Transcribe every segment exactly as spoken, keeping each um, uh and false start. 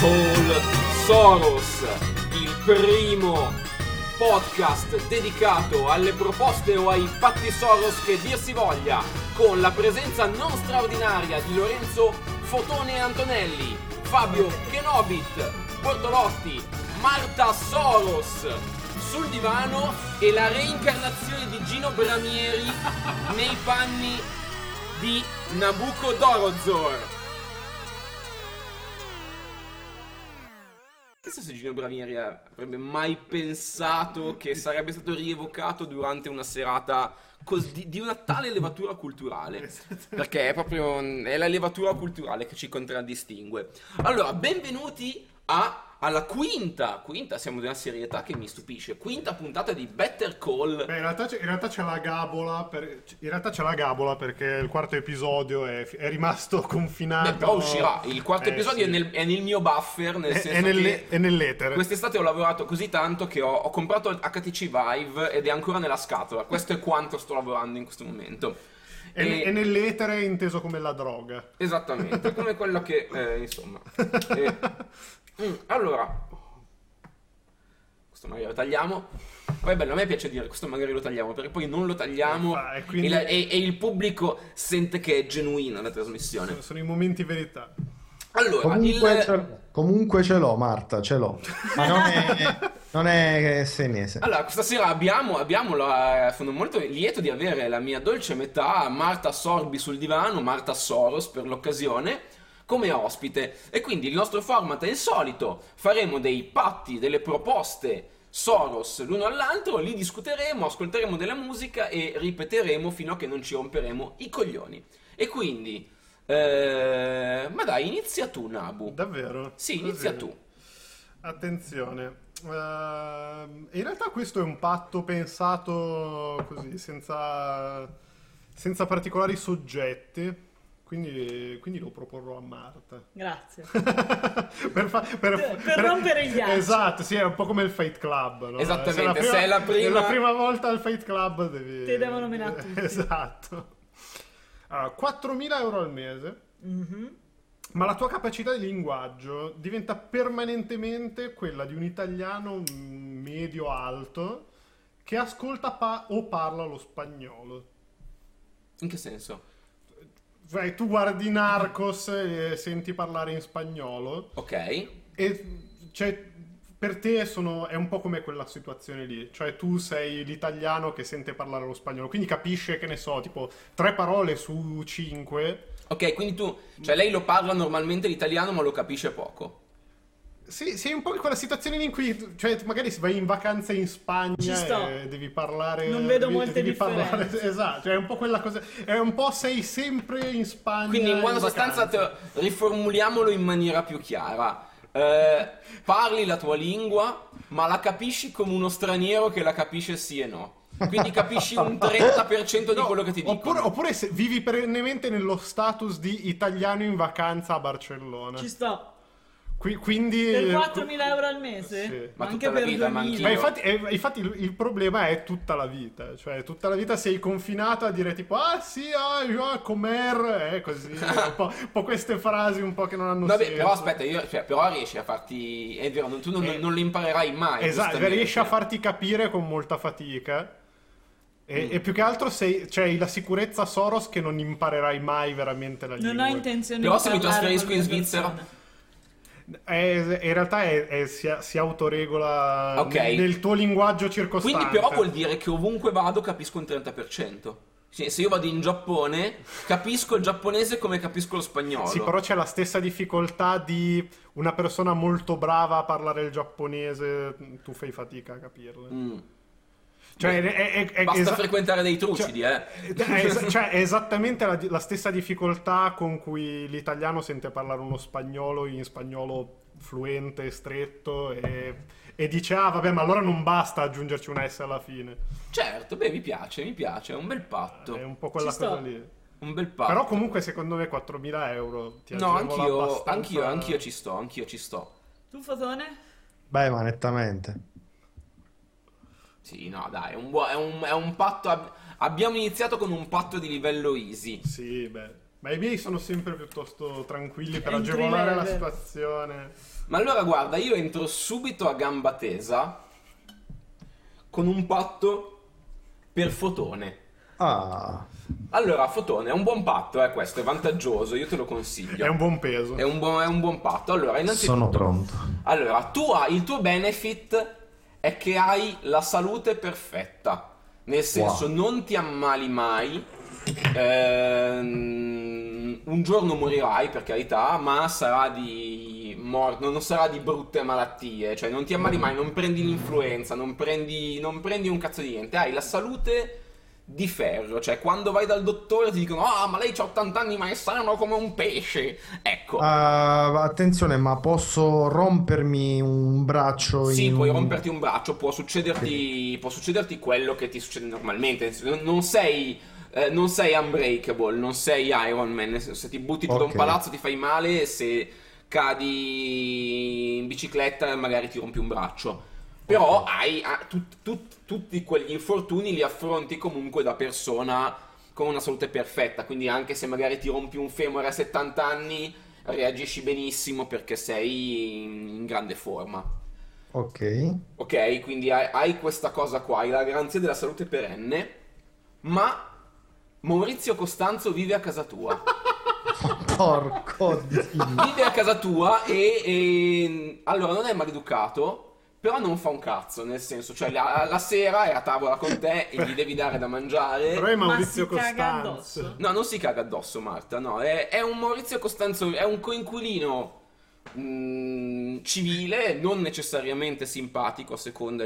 Call Soros, il primo podcast dedicato alle proposte o ai patti Soros che dir si voglia, con la presenza non straordinaria di Lorenzo Fotone Antonelli, Fabio Kenobit Bortolotti, Marta Soros sul divano e la reincarnazione di Gino Bramieri nei panni di Nabucodonosor. Chissà se Gino Bramieri avrebbe mai pensato che sarebbe stato rievocato durante una serata così, di una tale levatura culturale, perché è proprio è la levatura culturale che ci contraddistingue. Allora, benvenuti a alla quinta, quinta, siamo di una serietà che mi stupisce, quinta puntata di Better Call. Beh, in realtà c'è, in realtà c'è la gabola, per, in realtà c'è la gabola perché il quarto episodio è, è rimasto confinato. Beh, però uscirà, il quarto eh, episodio sì. è, nel, è nel mio buffer, nel è, senso è, nelle, che è nell'etere. Quest'estate ho lavorato così tanto che ho, ho comprato il H T C Vive ed è ancora nella scatola, questo è quanto sto lavorando in questo momento. È, E... è nell'etere inteso come la droga. Esattamente, come quello che, eh, insomma... E... Mm, allora... Questo magari lo tagliamo. Poi è bello, a me piace dire questo magari lo tagliamo, perché poi non lo tagliamo ah, e, quindi... e, la, e, e il pubblico sente che è genuina la trasmissione. Sono, sono i momenti verità. Allora, comunque, il... ce comunque ce l'ho, Marta, ce l'ho. Ma non è, non è sei mesi. Allora, questa sera abbiamo, abbiamo la, sono molto lieto di avere la mia dolce metà, Marta Sorbi sul divano, Marta Soros per l'occasione, come ospite. E quindi il nostro format è il solito, faremo dei patti, delle proposte Soros l'uno all'altro, li discuteremo, ascolteremo della musica e ripeteremo fino a che non ci romperemo i coglioni. E quindi, eh, ma dai, inizia tu, Nabu. Davvero? Sì, inizia Così. tu. Attenzione. Uh, in realtà questo è un patto pensato così, senza, senza particolari soggetti. Quindi, quindi lo proporrò a Marta. Grazie. per, fa, per, per, per rompere gli ghiacci. Esatto, sì, è un po' come il Fight Club, no? Esattamente, se è la prima, se è la prima... è la prima volta al Fight Club devi... Ti devono menare tutti. Esatto. Allora, quattromila euro al mese, Mm-hmm. ma la tua capacità di linguaggio diventa permanentemente quella di un italiano medio-alto che ascolta pa- o parla lo spagnolo. In che senso? Cioè, tu guardi Narcos e senti parlare in spagnolo. Ok. E cioè, per te sono, è un po' come quella situazione lì. Cioè, tu sei l'italiano che sente parlare lo spagnolo. Quindi capisce, che ne so, tipo tre parole su cinque. Ok, quindi tu... Cioè lei lo parla normalmente l'italiano ma lo capisce poco. Sì, sei un po' in quella situazione lì in cui, cioè, magari vai in vacanza in Spagna Ci sto. e devi parlare... Non vedo devi, molte devi differenze. parlare, esatto, cioè è un po' quella cosa... È un po' sei sempre in Spagna. Quindi in buona sostanza te, riformuliamolo in maniera più chiara. Eh, parli la tua lingua ma la capisci come uno straniero che la capisce sì e no. Quindi capisci un trenta per cento di No, quello che ti dicono. Oppure, oppure se vivi perennemente nello status di italiano in vacanza a Barcellona. Ci sto. Qui, quindi... Per quattromila euro al mese? Sì. Ma Anche tutta la per vita, ma duemila. anch'io. Ma infatti, eh, infatti il, il problema è tutta la vita, cioè tutta la vita sei confinato a dire tipo ah sì, ah, ah comer, eh, così, un po', un po' queste frasi un po' che non hanno Vabbè, senso. però aspetta, io, cioè, però riesci a farti... È vero, tu non, Eh, non lo imparerai mai. Esatto, giustamente. riesci a farti capire con molta fatica. E, Mm. e più che altro sei, c'hai la sicurezza Soros che non imparerai mai veramente la lingua. Non ho intenzione Però di se mi parlare trasferisco con in le Svizzera... persone. È- in realtà è- è- si, si autoregola Ok. nel, nel tuo linguaggio circostante. Quindi però vuol dire che ovunque vado capisco un trenta per cento. Sì, se io vado in Giappone capisco il giapponese come capisco lo spagnolo. Sì, però c'è la stessa difficoltà di una persona molto brava a parlare il giapponese, tu fai fatica a capirlo. Mm. Cioè, è, è- è- Basta esa- frequentare dei trucidi, cioè, eh. è, es- cioè, è esattamente la, la stessa difficoltà con cui l'italiano sente parlare uno spagnolo in spagnolo fluente, stretto e, e dice ah vabbè, ma allora non basta aggiungerci una S alla fine. Certo, beh, mi piace, mi piace, è un bel patto. È un po' quella Ci sto. cosa lì. Un bel patto. Però comunque secondo me quattromila euro ti No, agevola anch'io, abbastanza- anch'io, anch'io ci sto, anch'io ci sto. Tu, Fotone? Beh, ma nettamente. Sì, no, dai, è un, buo- è un, è un patto... ab- abbiamo iniziato con un patto di livello easy. Sì, beh. Ma i miei sono sempre piuttosto tranquilli per Entry agevolare la level. situazione. Ma allora guarda, io entro subito a gamba tesa con un patto per Fotone. Ah, Allora, Fotone, è un buon patto, eh, questo, è vantaggioso, io te lo consiglio. È un buon peso. È un buon, è un buon patto. Allora, innanzitutto... sono pronto. Allora, tu hai, il tuo benefit è che hai la salute perfetta. Nel senso, Wow. non ti ammali mai. Ehm, un giorno morirai, per carità, ma sarà di mor- non sarà di brutte malattie. Cioè, non ti ammali mai, non prendi l'influenza, non prendi, non prendi un cazzo di niente. Hai la salute di ferro. Cioè, quando vai dal dottore ti dicono: ah, ma lei c'ha ottanta anni, ma è sano come un pesce. Ecco. Ah, attenzione, ma posso rompermi un braccio Sì, in puoi un- romperti un braccio, può succederti, può succederti quello che ti succede normalmente. nel senso, Non sei, eh, non sei unbreakable, non sei Iron Man. Nel senso, se ti butti giù da un Ok. palazzo ti fai male, se cadi in bicicletta magari ti rompi un braccio. Però hai ah, tut- tut- tutti quegli infortuni li affronti comunque da persona con una salute perfetta. Quindi anche se magari ti rompi un femore a settanta anni, reagisci benissimo perché sei in, in grande forma. Ok. Ok, quindi hai, hai questa cosa qua, hai la garanzia della salute perenne, ma Maurizio Costanzo vive a casa tua. Porco Dio. Vive a casa tua e, e- allora non è maleducato, però non fa un cazzo, nel senso, cioè la, la sera è a tavola con te e gli devi dare da mangiare. Però è Ma Maurizio si caga Costanzo. addosso. No, non si caga addosso, Marta, no, è, è un Maurizio Costanzo, è un coinquilino mm, civile, non necessariamente simpatico a seconda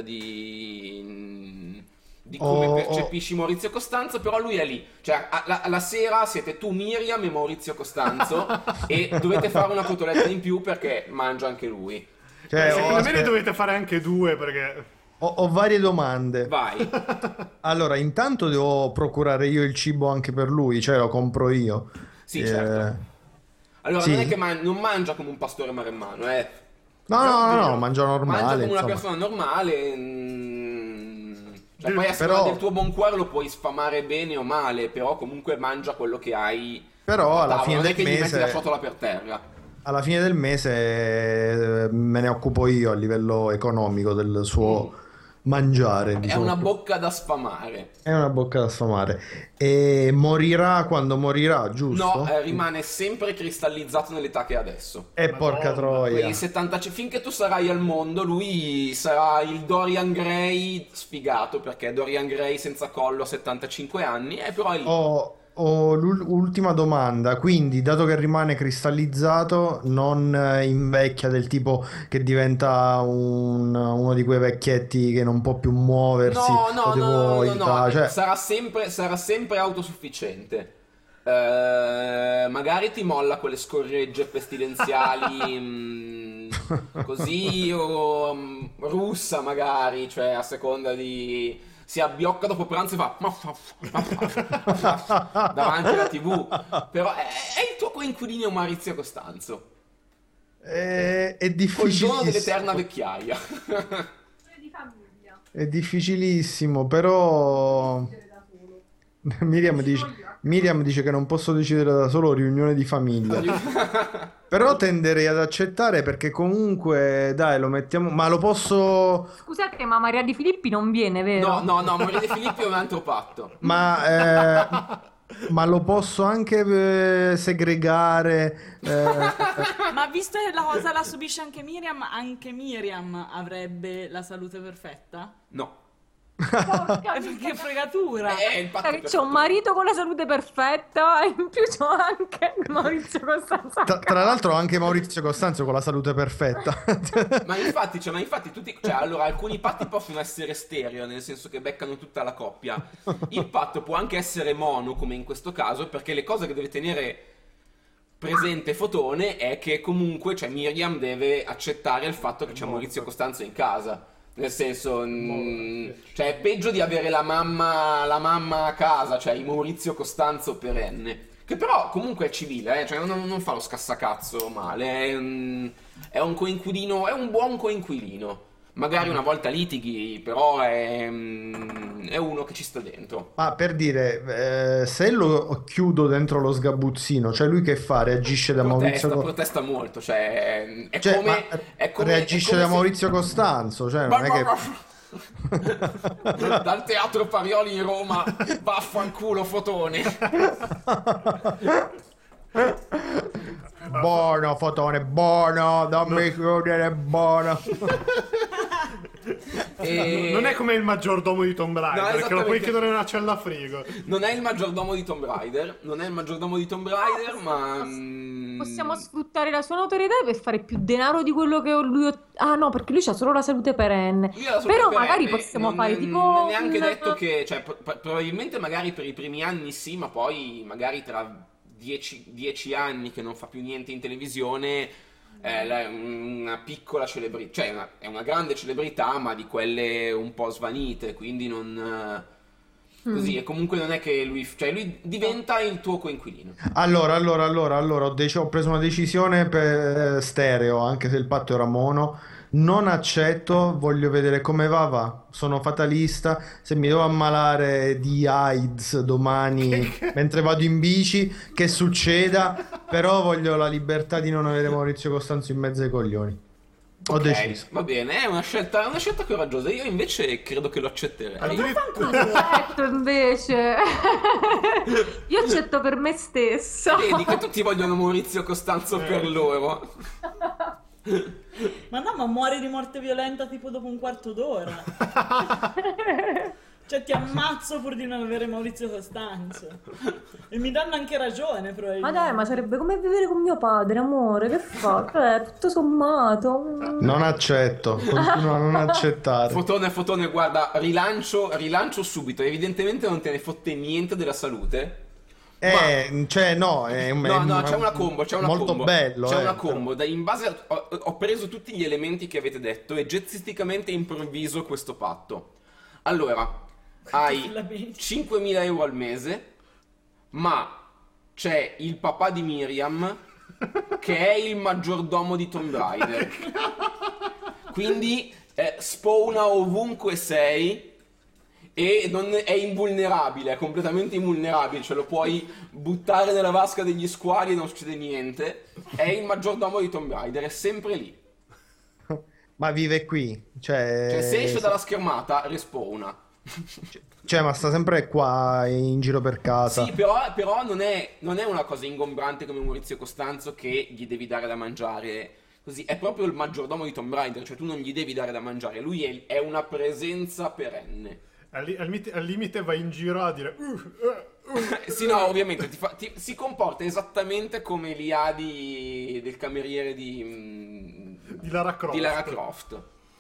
di, di come Oh, percepisci Maurizio Costanzo, però lui è lì, cioè a- la, la sera siete tu, Miriam e Maurizio Costanzo e dovete fare una cotoletta in più perché mangia anche lui. Cioè, ho, Secondo me ne aspetta, dovete fare anche due perché... ho- ho varie domande. Vai. Allora, intanto devo procurare io il cibo anche per lui, cioè lo compro io. Sì, Eh, certo. Allora, sì. non è che man- non mangia come un pastore maremmano, eh. No, no, no, no, mangio Mangia normale, come una insomma. persona normale. mm, Cioè, Del- poi a seconda però- del tuo buon cuore lo puoi sfamare bene o male, però comunque mangia quello che hai. Però a alla tavola. fine non è del che gli metti la mese, ciotola per terra. alla fine del mese eh, me ne occupo io a livello economico del suo mangiare, È diciamo. una bocca da sfamare. È una bocca da sfamare. E morirà quando morirà, giusto? No, eh, rimane sempre cristallizzato nell'età che ha adesso. E porca Madonna. troia. Quei setanta finché tu sarai al mondo, lui sarà il Dorian Gray sfigato, perché Dorian Gray senza collo a settantacinque anni, e però è lì. Ho, ho l'ultima domanda, quindi dato che rimane cristallizzato non eh, invecchia del tipo che diventa un- uno di quei vecchietti che non può più muoversi, No, no, lo devo no, no, no, aiutare, no, cioè, sarà sempre, sarà sempre autosufficiente. Eh, magari ti molla quelle scorregge pestilenziali mm, così o mm, russa magari, cioè a seconda di... si abbiocca dopo pranzo e fa davanti alla tivù. Però è, è il tuo coinquilino Maurizio Costanzo, è, è col dono difficilissimo, dell'eterna vecchiaia. di famiglia. è difficilissimo, però Da solo. Miriam dice, Miriam dice che non posso decidere da solo, riunione di famiglia. Però tenderei ad accettare perché comunque, dai, lo mettiamo... Ma lo posso... Scusate, ma Maria Di Filippi non viene, vero? No, no, no, Maria De Filippi è un altro patto. Ma, eh, ma lo posso anche eh, segregare... eh, Ma visto che la cosa la subisce anche Miriam, anche Miriam avrebbe la salute perfetta? No. Porca Eh, Che fregatura! È il patto C'ho perfetto. un marito con la salute perfetta e in più c'ho anche Maurizio Costanzo. tra, tra l'altro anche Maurizio Costanzo con la salute perfetta. Ma infatti, cioè, ma infatti tutti, cioè, allora, alcuni patti possono essere stereo, nel senso che beccano tutta la coppia. Il patto può anche essere mono, come in questo caso, perché le cose che deve tenere presente Fotone è che comunque, cioè, Miriam deve accettare il fatto che c'è Maurizio Costanzo in casa. Nel senso, mm, cioè, è peggio di avere la mamma, la mamma a casa, cioè, il Maurizio Costanzo perenne. Che però comunque è civile, eh? Cioè, non, non fa lo scassacazzo male, è un, è un coinquilino, è un buon coinquilino. magari una volta litighi, però è, mm, è uno che ci sta dentro. Ma per dire, eh, se lo chiudo dentro lo sgabuzzino, cioè lui che fa? Reagisce da Protesta, Maurizio Co- protesta molto, cioè è cioè, come, ma è come reagisce è come da se- Maurizio Costanzo, cioè non è che... Dal teatro Parioli in Roma, vaffanculo fotone. Buono, fotone, buono, dammi chiudere, buono. E- Non è come il maggiordomo di Tomb Raider, No, che lo puoi esattamente. chiudere in una cella a frigo. Non è il maggiordomo di Tomb Raider, non è il maggiordomo di Tomb Raider, ma mm, Possiamo sfruttare la sua notorietà per fare più denaro di quello che lui... Ah no, perché lui ha solo la salute perenne. lui ha la salute Però perenne, magari possiamo non, fare tipo... non è neanche un- detto che, cioè, pro- pro- probabilmente magari per i primi anni sì, ma poi magari tra dieci, dieci anni che non fa più niente in televisione è la- una piccola celebrità, cioè una- è una grande celebrità, ma di quelle un po' svanite, quindi non... eh, Così, e comunque non è che lui, cioè lui diventa il tuo coinquilino. Allora, allora, allora, allora, ho, dec- ho preso una decisione per stereo, anche se il patto era mono. Non accetto, voglio vedere come va, va. Sono fatalista. Se mi devo ammalare di AIDS domani mentre vado in bici, che succeda. Però voglio la libertà di non avere Maurizio Costanzo in mezzo ai coglioni. Ho Ok, deciso. va bene, è una scelta, è una scelta coraggiosa. Io invece credo che lo accetterei. Accetto invece. Io accetto per me stessa. Vedi che tutti vogliono Maurizio Costanzo per loro. Ma no, ma muore di morte violenta tipo dopo un quarto d'ora. Cioè ti ammazzo pur di non avere Maurizio Costanzo. E mi danno anche ragione Ma probabilmente. dai, ma sarebbe come vivere con mio padre, amore, che fa? Cioè, tutto sommato. mm. Non accetto, continuo a non accettare. Fotone, fotone, guarda, rilancio, rilancio subito. Evidentemente non te ne fotte niente della salute. Eh, cioè no, è, un- No, è no, un- c'è una combo, c'è una molto combo. bello. C'è eh, una però- combo. Da- in base a, ho, ho preso tutti gli elementi che avete detto e gezzisticamente improvviso questo patto. Allora, hai Lamenti. cinquemila euro al mese, ma c'è il papà di Miriam che è il maggiordomo di Tomb Raider. Quindi eh, spawna ovunque sei e non è invulnerabile, è completamente invulnerabile, cioè lo puoi buttare nella vasca degli squali e non succede niente. È il maggiordomo di Tomb Raider, è sempre lì. Ma vive qui, cioè... Cioè se esce dalla schermata, respawna. Cioè, ma sta sempre qua in giro per casa. Sì, però, però non, è, non è una cosa ingombrante come Maurizio Costanzo che gli devi dare da mangiare così. È proprio il maggiordomo di Tomb Raider, cioè tu non gli devi dare da mangiare. Lui è, è una presenza perenne. Al, li- al limite, al limite vai in giro a dire... "Uh, uh, uh". Sì, no, ovviamente ti fa- ti- si comporta esattamente come l'I A di, del cameriere di, mm, Di Lara Croft. di Lara Croft.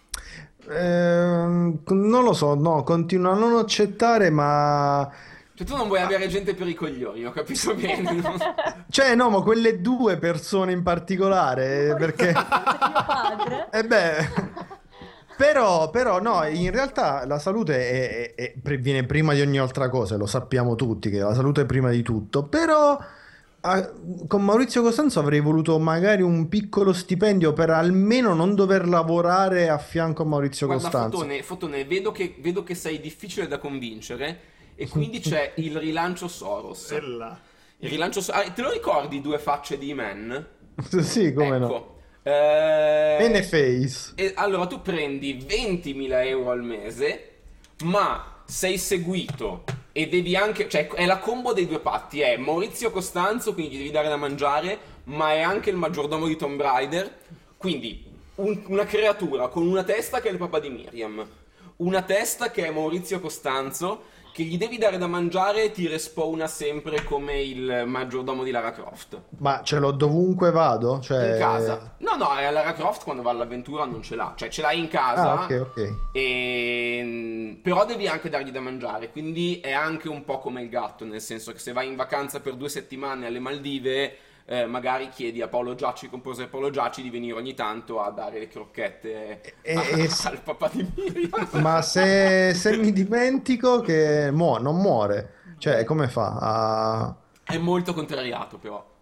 Ehm, non lo so, no, continuo a non accettare, ma... Cioè tu non vuoi avere gente per i coglioni, ho capito bene. no? Cioè, no, ma quelle due persone in particolare, perché... Mio padre. Eh beh... Però, però, no, in realtà la salute è- è- è- pre- viene prima di ogni altra cosa, lo sappiamo tutti che la salute è prima di tutto, però ah, con Maurizio Costanzo avrei voluto magari un piccolo stipendio per almeno non dover lavorare a fianco a Maurizio Guarda, Costanzo. Fotone, Fotone, vedo che, vedo che sei difficile da convincere e quindi c'è il rilancio Soros. E là. Il rilancio So- ah, te lo ricordi Due facce di Man? Sì, come no. Ecco. Eh, Bene face. e allora tu prendi ventimila euro al mese, ma sei seguito e devi anche, cioè è la combo dei due patti, è Maurizio Costanzo, quindi gli devi dare da mangiare, ma è anche il maggiordomo di Tomb Raider, quindi un- una creatura con una testa che è il papà di Miriam, una testa che è Maurizio Costanzo, che gli devi dare da mangiare e ti respawna sempre come il maggiordomo di Lara Croft. Ma ce l'ho dovunque vado? Cioè... In casa. No, no, è Lara Croft quando va all'avventura non ce l'ha. Cioè ce l'hai in casa. Ah, ok, ok. E... Però devi anche dargli da mangiare. Quindi è anche un po' come il gatto. Nel senso che se vai in vacanza per due settimane alle Maldive, eh, magari chiedi a Paolo Giacci, composer Paolo Giacci, di venire ogni tanto a dare le crocchette E- a- e- al papà di Miriam. Ma se, se mi dimentico che muo- non muore, cioè come fa a... È molto contrariato però.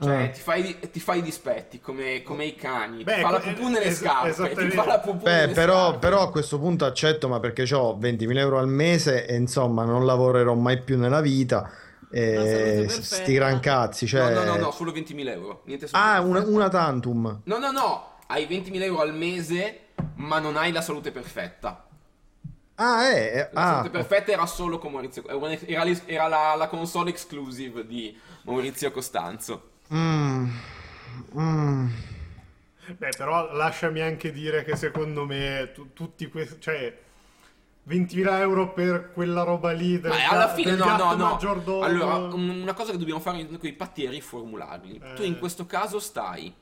Cioè, Ah. ti fai, ti fai i dispetti come, come i cani. Beh, ti fa la que- pupù nelle es- scarpe. Ti esattamente. fa la pupù Beh, nelle però, scarpe. però a questo punto accetto, ma perché ho ventimila euro al mese e insomma non lavorerò mai più nella vita. salute E perfetta. sti gran cazzi, cioè... No, no, no, no, solo ventimila euro. Niente salute Ah, una, perfetta. una tantum. No, no, no. Hai ventimila euro al mese, ma non hai la salute perfetta. Ah, eh, eh, La ah, salute perfetta era solo con Maurizio. Era, l'es- era la, la console exclusive di Maurizio Costanzo. mm, mm. Beh, però lasciami anche dire che secondo me tu- tutti questi, cioè ventimila euro per quella roba lì del, Ma alla ga- fine del no, no, gatto no. maggiordomo. Allora, un- una cosa che dobbiamo fare con i patti è riformularli. Eh. Tu in questo caso stai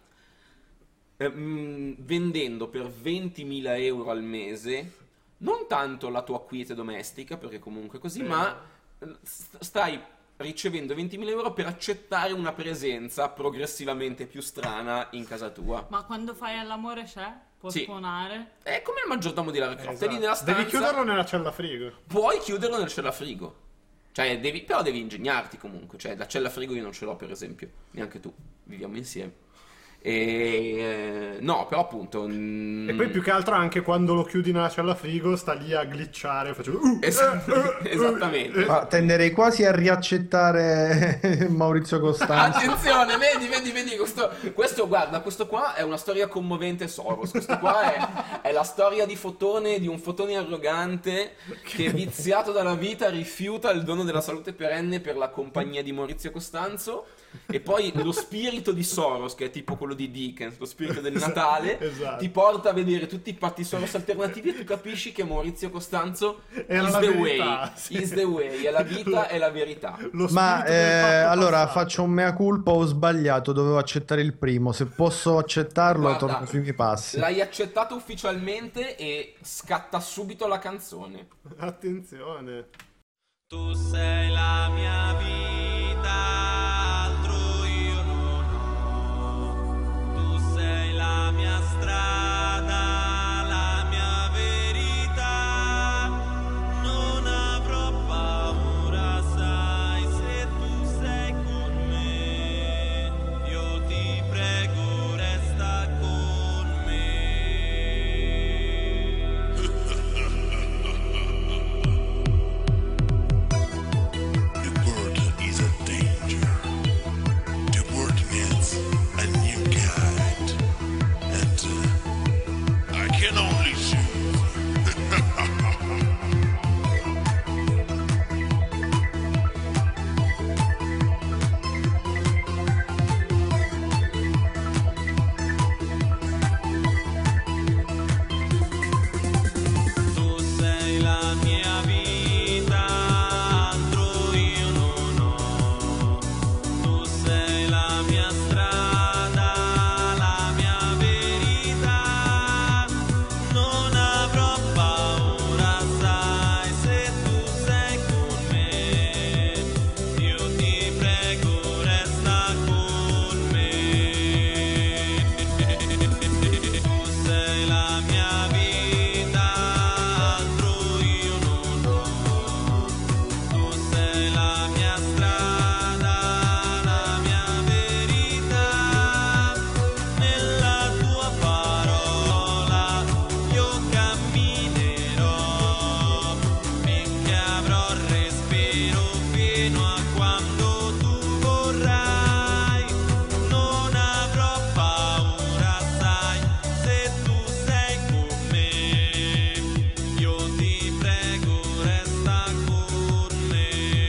ehm, vendendo per ventimila euro al mese non tanto la tua quiete domestica, perché comunque è così, Sì. ma eh, st- stai ricevendo ventimila euro per accettare una presenza progressivamente più strana in casa tua. Ma quando fai all'amore c'è? Può Sì. suonare? È come il maggiordomo di Lara Croft, Esatto. è lì nella stanza. Devi chiuderlo nella cella frigo. Puoi chiuderlo nel cellafrigo. Cioè, devi, però devi ingegnarti comunque. Cioè, la cellafrigo io non ce l'ho, per esempio. Neanche tu. Viviamo insieme. E eh, no, però appunto. mm, E poi più che altro anche quando lo chiudi nella cella frigo sta lì a glitchare facendo uh, Es- eh, eh, esattamente. eh, Ma tenderei quasi a riaccettare Maurizio Costanzo. Attenzione, vedi, vedi, vedi. Questo, questo, guarda, questo qua è una storia commovente Soros. Questo qua è, è la storia di Fotone, di un Fotone arrogante che, viziato dalla vita, rifiuta il dono della salute perenne per la compagnia di Maurizio Costanzo. E poi lo spirito di Soros, che è tipo quello di Dickens, lo spirito del Natale, esatto. ti porta a vedere tutti i patti Soros alternativi e tu capisci che Maurizio Costanzo Era is la the verità, way, sì. is the way, è la vita, è la verità. lo Ma spirito del eh, patto allora passato. faccio un mea culpa, ho sbagliato, dovevo accettare il primo. Se posso accettarlo, Guarda, torno sui miei passi. l'hai accettato ufficialmente e scatta subito la canzone. Attenzione. Tu sei la mia vita, altro io non ho. Tu sei la mia strada, la mia verità. Non avrò paura, sai, se tu sei con me. Io ti prego, resta con me. The word is a danger. The word needs a new guide. And uh, I can only choose. Tu sei la mia vita, altro io non ho. Tu sei la mia strada, la mia verità. Non avrò paura, sai, se tu sei con me. Io ti prego, resta con me. Tu sei la mia vita, altro io non ho. Tu sei la mia strada, la mia verità. Nella tua parola io camminerò finché avrò respiro, fino a quando tu vorrai. Non avrò paura, sai, se tu sei con me. Io ti prego, resta con me.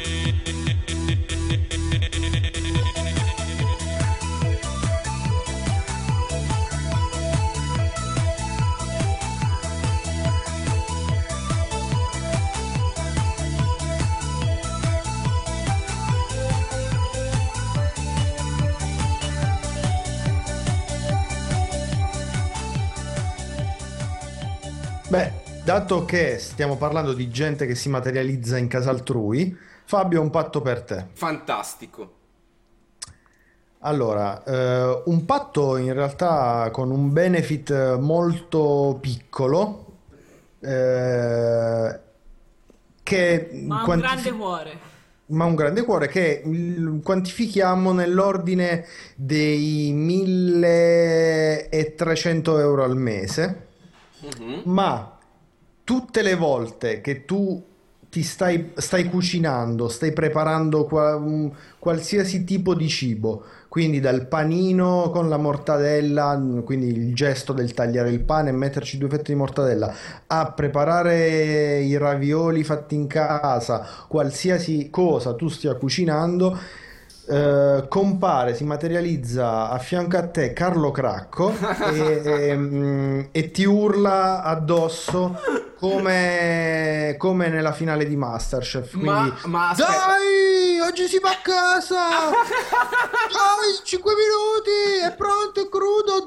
Beh, dato che stiamo parlando di gente che si materializza in casa altrui, Fabio, un patto per te. Fantastico. Allora, eh, un patto in realtà con un benefit molto piccolo, eh, che Ma ha un quantifi- grande cuore. ma un grande cuore che mm, quantifichiamo nell'ordine dei milletrecento euro al mese, Mhm. ma tutte le volte che tu ti stai, stai cucinando, stai preparando qua- un- qualsiasi tipo di cibo, quindi dal panino con la mortadella, quindi il gesto del tagliare il pane e metterci due fette di mortadella, a preparare i ravioli fatti in casa, qualsiasi cosa tu stia cucinando, eh, compare, si materializza a fianco a te Carlo Cracco e, e, mm, e ti urla addosso come, come nella finale di MasterChef. Quindi, Ma, ma aspetta. dai, oggi si va a casa! Dai, cinque minuti, è pronto, è crudo,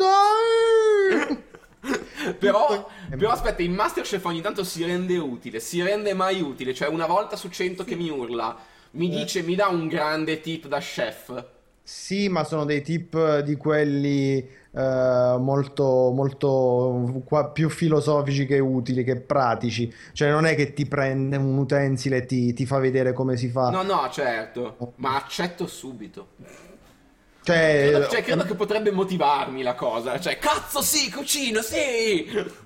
dai! Però, però aspetta, in MasterChef ogni tanto si rende utile, si rende mai utile, cioè una volta su cento che mi urla, mi dice, mi dà un grande tip da chef. Sì, ma sono dei tip di quelli eh, molto, molto qua- più filosofici che utili, che pratici. Cioè, non è che ti prende un utensile e ti, ti fa vedere come si fa. No, no, certo, ma accetto subito. Cioè, Credo, cioè, credo che potrebbe motivarmi la cosa, cioè, cazzo sì, cucino, sì!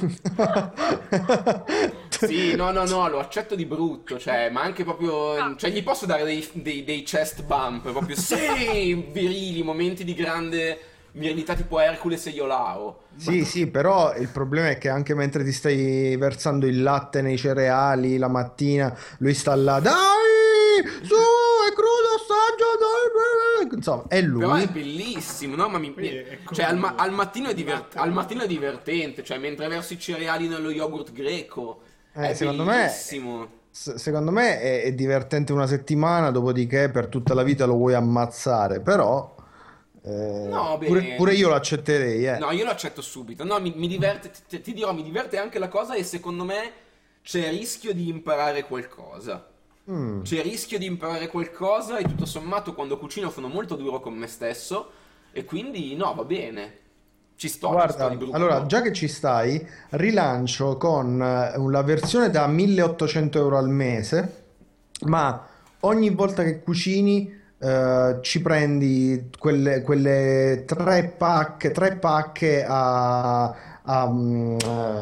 Sì, no, no, no, lo accetto di brutto, cioè, ma anche proprio, cioè, gli posso dare dei, dei, dei chest bump, proprio, sì, virili, momenti di grande virilità tipo Hercules e Iolao. Sì, sì, però il problema è che anche mentre ti stai versando il latte nei cereali la mattina, lui sta là, dai, su, è crudo, assaggio, dai. Insomma, è Però è lui. bellissimo, no? Ma mi, mi- Sì, è cioè, al, ma- crudo. al mattino è divert- al mattino è divertente, cioè, mentre verso i cereali nello yogurt greco, Eh, è secondo me- bellissimo. S- Secondo me è, è divertente una settimana, dopodiché per tutta la vita lo vuoi ammazzare, però eh, No, pure, beh. pure io lo accetterei, eh. No, io lo accetto subito. No, mi, mi diverte, ti, ti dirò, mi diverte anche la cosa e secondo me c'è rischio di imparare qualcosa. Mm. C'è rischio di imparare qualcosa e tutto sommato quando cucino sono molto duro con me stesso e quindi no, va bene. Ci sto, ci sto Guarda, di brutto. allora, già che ci stai, rilancio con eh, la versione da milleottocento euro al mese, ma ogni volta che cucini eh, ci prendi quelle, quelle tre pacche, tre pacche a, a, mm,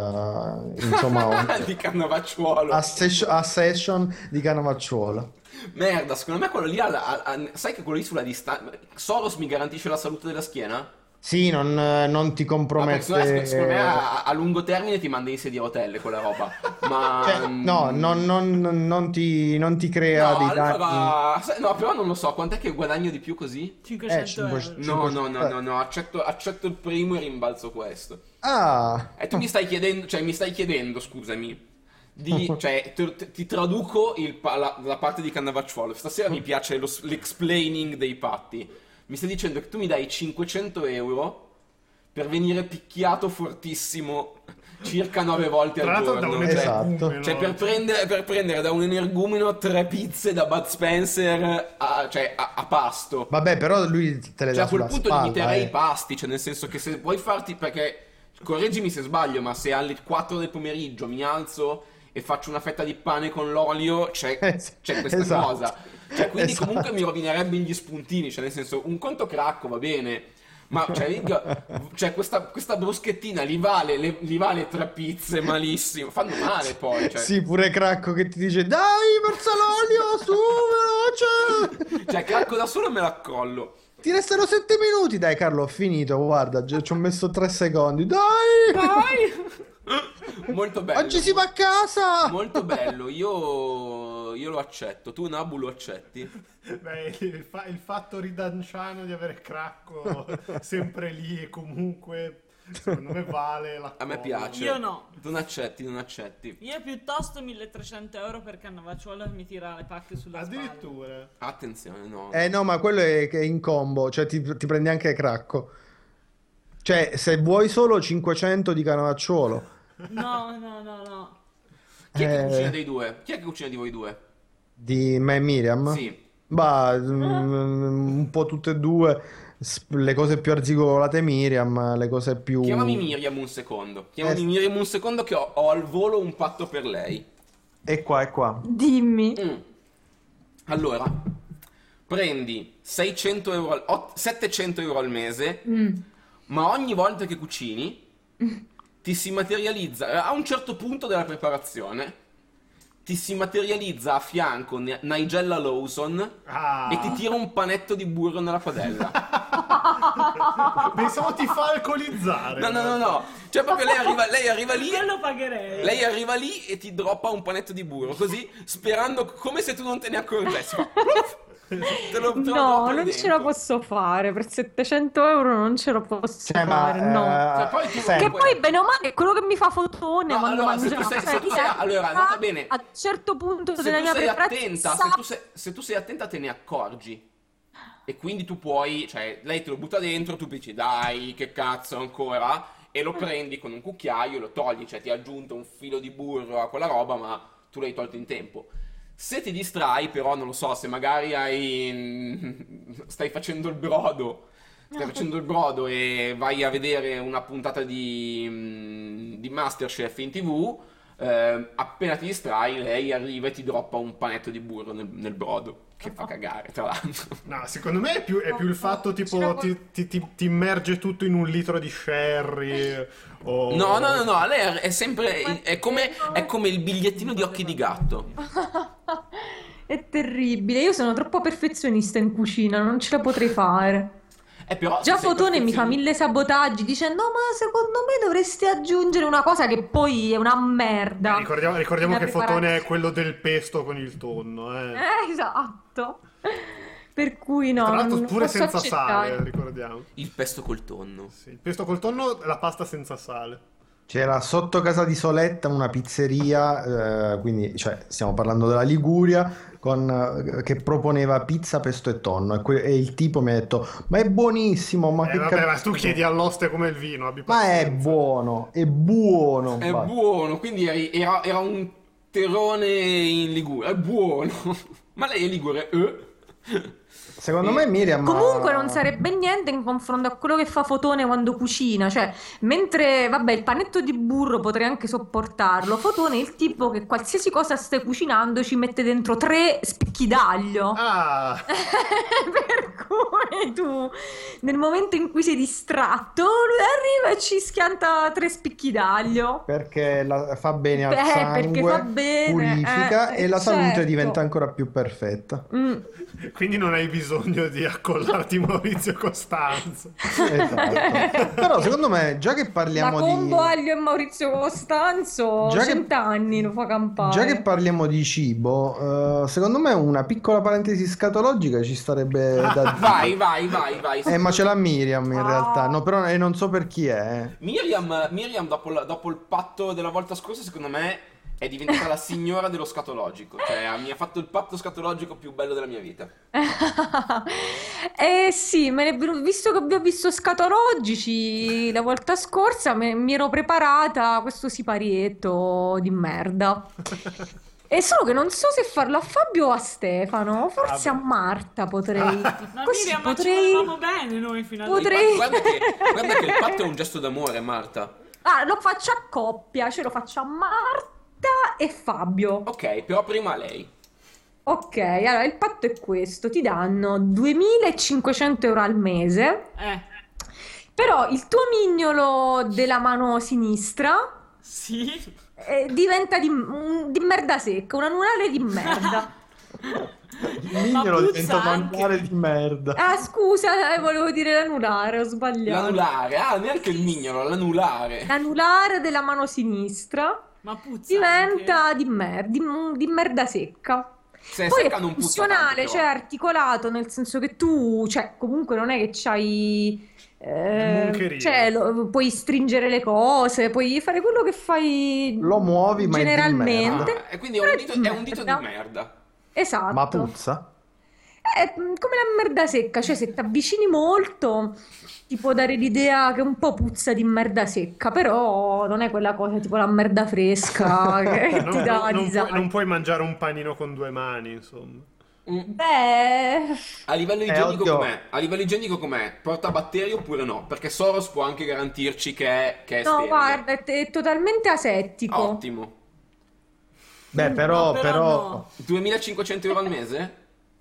eh, insomma, Di Cannavacciuolo. a, ses- a session di Cannavacciuolo. Merda, secondo me quello lì ha, ha- ha- sai che quello lì sulla distanza. Soros mi garantisce la salute della schiena? Sì, non, non ti No, perché secondo me, compromette. secondo me a, a lungo termine ti manda in sedia a rotelle quella roba. Ma Cioè, no, non, non- non ti, non ti crea No, dei danni. allora, sai- no, però non lo so, quant'è che guadagno di più così? cinquecento Eh, cinque- euro. No, no, no, cinquecento. no, no, accetto, accetto il primo e rimbalzo questo. Ah, E tu mi stai chiedendo, cioè mi stai chiedendo, scusami, di, cioè ti, ti traduco il pa- la, la parte di Cannavacciuolo. Stasera mi piace lo s- l'explaining dei patti. Mi stai dicendo che tu mi dai cinquecento euro per venire picchiato fortissimo circa nove volte Tra al l'altro da giorno. un Cioè, Esatto. energumeno. cioè, per prendere, per prendere da un energumeno tre pizze da Bud Spencer a, cioè, a, a pasto. vabbè, però lui te le Cioè, dà a quel sulla punto spalla, limiterei eh. i pasti, cioè nel senso che se vuoi farti, perché, correggimi se sbaglio, ma se alle quattro del pomeriggio mi alzo e faccio una fetta di pane con l'olio, c'è, Es- c'è questa esatto. cosa. Cioè, quindi Esatto. comunque mi rovinerebbe gli spuntini, cioè nel senso, un conto cracco va bene, ma cioè, mica- cioè, questa, questa bruschettina li vale, le, li vale tre pizze malissimo, fanno male poi, cioè. Sì, pure Cracco che ti dice dai, versa l'olio, su, veloce. Cioè, cracco da solo me l'accollo. Ti restano sette minuti. Dai, Carlo, ho finito. Guarda, già ci ho messo tre secondi. Dai, Molto bello. oggi si va a casa. Molto bello, io, io lo accetto. Tu, Nabu, lo accetti? Beh, il, fa- il fatto ridanciano di avere Cracco sempre lì e comunque secondo me vale la A me cosa. piace. Io no. Non accetti, non accetti. Io piuttosto milletrecento euro per Cannavacciuolo e mi tira le pacche sulla spalla. Addirittura. Attenzione, no. Eh no, ma quello è che è in combo. Cioè, ti, ti prendi anche Cracco. Cioè, se vuoi solo cinquecento di Cannavacciuolo. No, no, no, no. Chi è che eh. cucina dei due? Chi è che cucina di voi due? Di me e Miriam? Sì. Bah, mm, un po' tutte e due. S- Le cose più arzigolate Miriam, le cose più... Chiamami Miriam un secondo. Chiamami Eh. Miriam un secondo che ho, ho al volo un patto per lei. E qua, e qua. Dimmi. Mm. Allora, prendi seicento euro, al- ot- settecento euro al mese, ma ogni volta che cucini ti si materializza, a un certo punto della preparazione, ti si materializza a fianco Ni- Nigella Lawson Ah. e ti tira un panetto di burro nella padella. Pensavo ti fa alcolizzare. No, no, no, no. Cioè proprio lei arriva, lei arriva lì, Io lo pagherei. lei arriva lì e ti droppa un panetto di burro, così, sperando, come se tu non te ne accorgessi. Fa, te lo- te lo No, droppa lì non ce dentro. la posso fare. Per settecento euro non ce la posso Cioè, ma, fare, no. eh, Cioè, poi tu- senti, Che poi, bene o male, è quello che mi fa fotone No, quando allora, se mangio tu sei- una se tu sei- pizza, allora, nota bene. a un certo punto Se della tu mia sei preparazione attenta, se tu sei, se tu sei attenta te ne accorgi. E quindi tu puoi, cioè, lei te lo butta dentro, tu dici, dai, che cazzo ancora? E lo prendi con un cucchiaio e lo togli, cioè ti ha aggiunto un filo di burro a quella roba, ma tu l'hai tolto in tempo. Se ti distrai, però, non lo so, se magari hai... stai facendo il brodo, stai facendo il brodo e vai a vedere una puntata di, di Masterchef in tv, eh, appena ti distrai, lei arriva e ti droppa un panetto di burro nel, nel brodo, che fa cagare, tra l'altro. No, secondo me è più, è più il fatto tipo ti, ti, ti, ti immerge tutto in un litro di sherry o... No, no, no, no, lei è sempre, è come, è come il bigliettino di occhi di gatto. è terribile. Io sono troppo perfezionista in cucina, non ce la potrei fare. Eh, però, Già se sei Fotone mi fa perfezionista- mille sabotaggi dicendo: ma secondo me dovresti aggiungere una cosa che poi è una merda. Ricordiamo, ricordiamo Una che Fotone è preparazione. quello del pesto con il tonno, eh. Eh, esatto. Per cui no, Tra l'altro non pure posso senza accettare. sale, ricordiamo. Il pesto col tonno. Sì, il pesto col tonno, la pasta senza sale. c'era sotto casa di Soletta una pizzeria, eh, quindi cioè, stiamo parlando della Liguria, con, eh, che proponeva pizza, pesto e tonno. E, que- e il tipo mi ha detto: ma è buonissimo, ma Eh, che vabbè, ma cazzo- tu chiedi all'oste come il vino, abbi Ma è pazienza. buono, è buono. È va. buono, quindi eri- era, era un terrone in Liguria. È buono. Ma lei è ligure, eh? Secondo me Miriam Comunque non sarebbe niente in confronto a quello che fa Fotone quando cucina, cioè mentre vabbè il panetto di burro potrei anche sopportarlo, Fotone è il tipo che qualsiasi cosa stai cucinando ci mette dentro tre spicchi d'aglio. Ah, Per cui tu nel momento in cui sei distratto lui arriva e ci schianta tre spicchi d'aglio. perché la- fa bene al Beh, sangue, perché fa bene, purifica eh, e la salute certo. diventa ancora più perfetta. Mm. quindi non hai bisogno di accollarti Maurizio Costanzo. Esatto. Però secondo me, già che La parliamo combo di aglio e Maurizio Costanzo Già che- cent'anni lo fa campare. già che parliamo di cibo, eh, secondo me una piccola parentesi scatologica ci starebbe da dire. Vai, vai, vai, vai. Eh, ma ce l'ha Miriam in Ah. realtà. No, però e non so per chi è. eh. Miriam, Miriam dopo, la- dopo il patto della volta scorsa, secondo me, è diventata la signora dello scatologico. Cioè, mi ha fatto il patto scatologico più bello della mia vita. Eh sì, me ne- visto che abbiamo visto scatologici la volta scorsa, me- mi ero preparata questo siparietto di merda. E solo che non so se farlo a Fabio o a Stefano, forse a Marta potrei. Ma Così Miriam, ma ci potrei. volevamo bene noi fino adesso. Potrei- Guarda che, guarda che il patto è un gesto d'amore, Marta. Ah, lo faccio a coppia, cioè lo faccio a Marta e Fabio. Ok, però prima lei. Ok, allora il patto è questo: ti danno duemilacinquecento euro al mese, Eh, però il tuo mignolo della mano sinistra sì. eh, diventa di, un- di merda secca, un anulare di merda. Il mignolo puzza diventa anche. mangiare di merda. Ah, scusa, eh, volevo dire l'anulare, ho sbagliato. L'anulare. Ah, neanche il mignolo, l'anulare. L'anulare della mano sinistra Ma puzza diventa di, mer- di, di merda secca. Se è Poi secca è non puzza funzionale, tanto, cioè però. articolato, nel senso che tu, cioè, comunque non è che c'hai. eh, Moncheria. cioè, lo- puoi stringere le cose, puoi fare quello che fai Lo muovi, ma è di generalmente. merda. Ah, e quindi è un, però dito, di è un dito di merda. merda. Esatto. Ma puzza? È mm, come la merda secca, cioè se ti avvicini molto ti può dare l'idea che un po' puzza di merda secca, però non è quella cosa tipo la merda fresca che Non, ti dà non- non disagio. puoi, non puoi mangiare un panino con due mani, insomma. Mm. Beh, A livello Eh, igienico oddio. com'è? A livello igienico com'è? Porta batteri oppure no? Perché Soros può anche garantirci che è, che è no, sterile. guarda, è, è totalmente asettico. Ottimo. Beh, però, No, però però, no. duemilacinquecento euro al mese?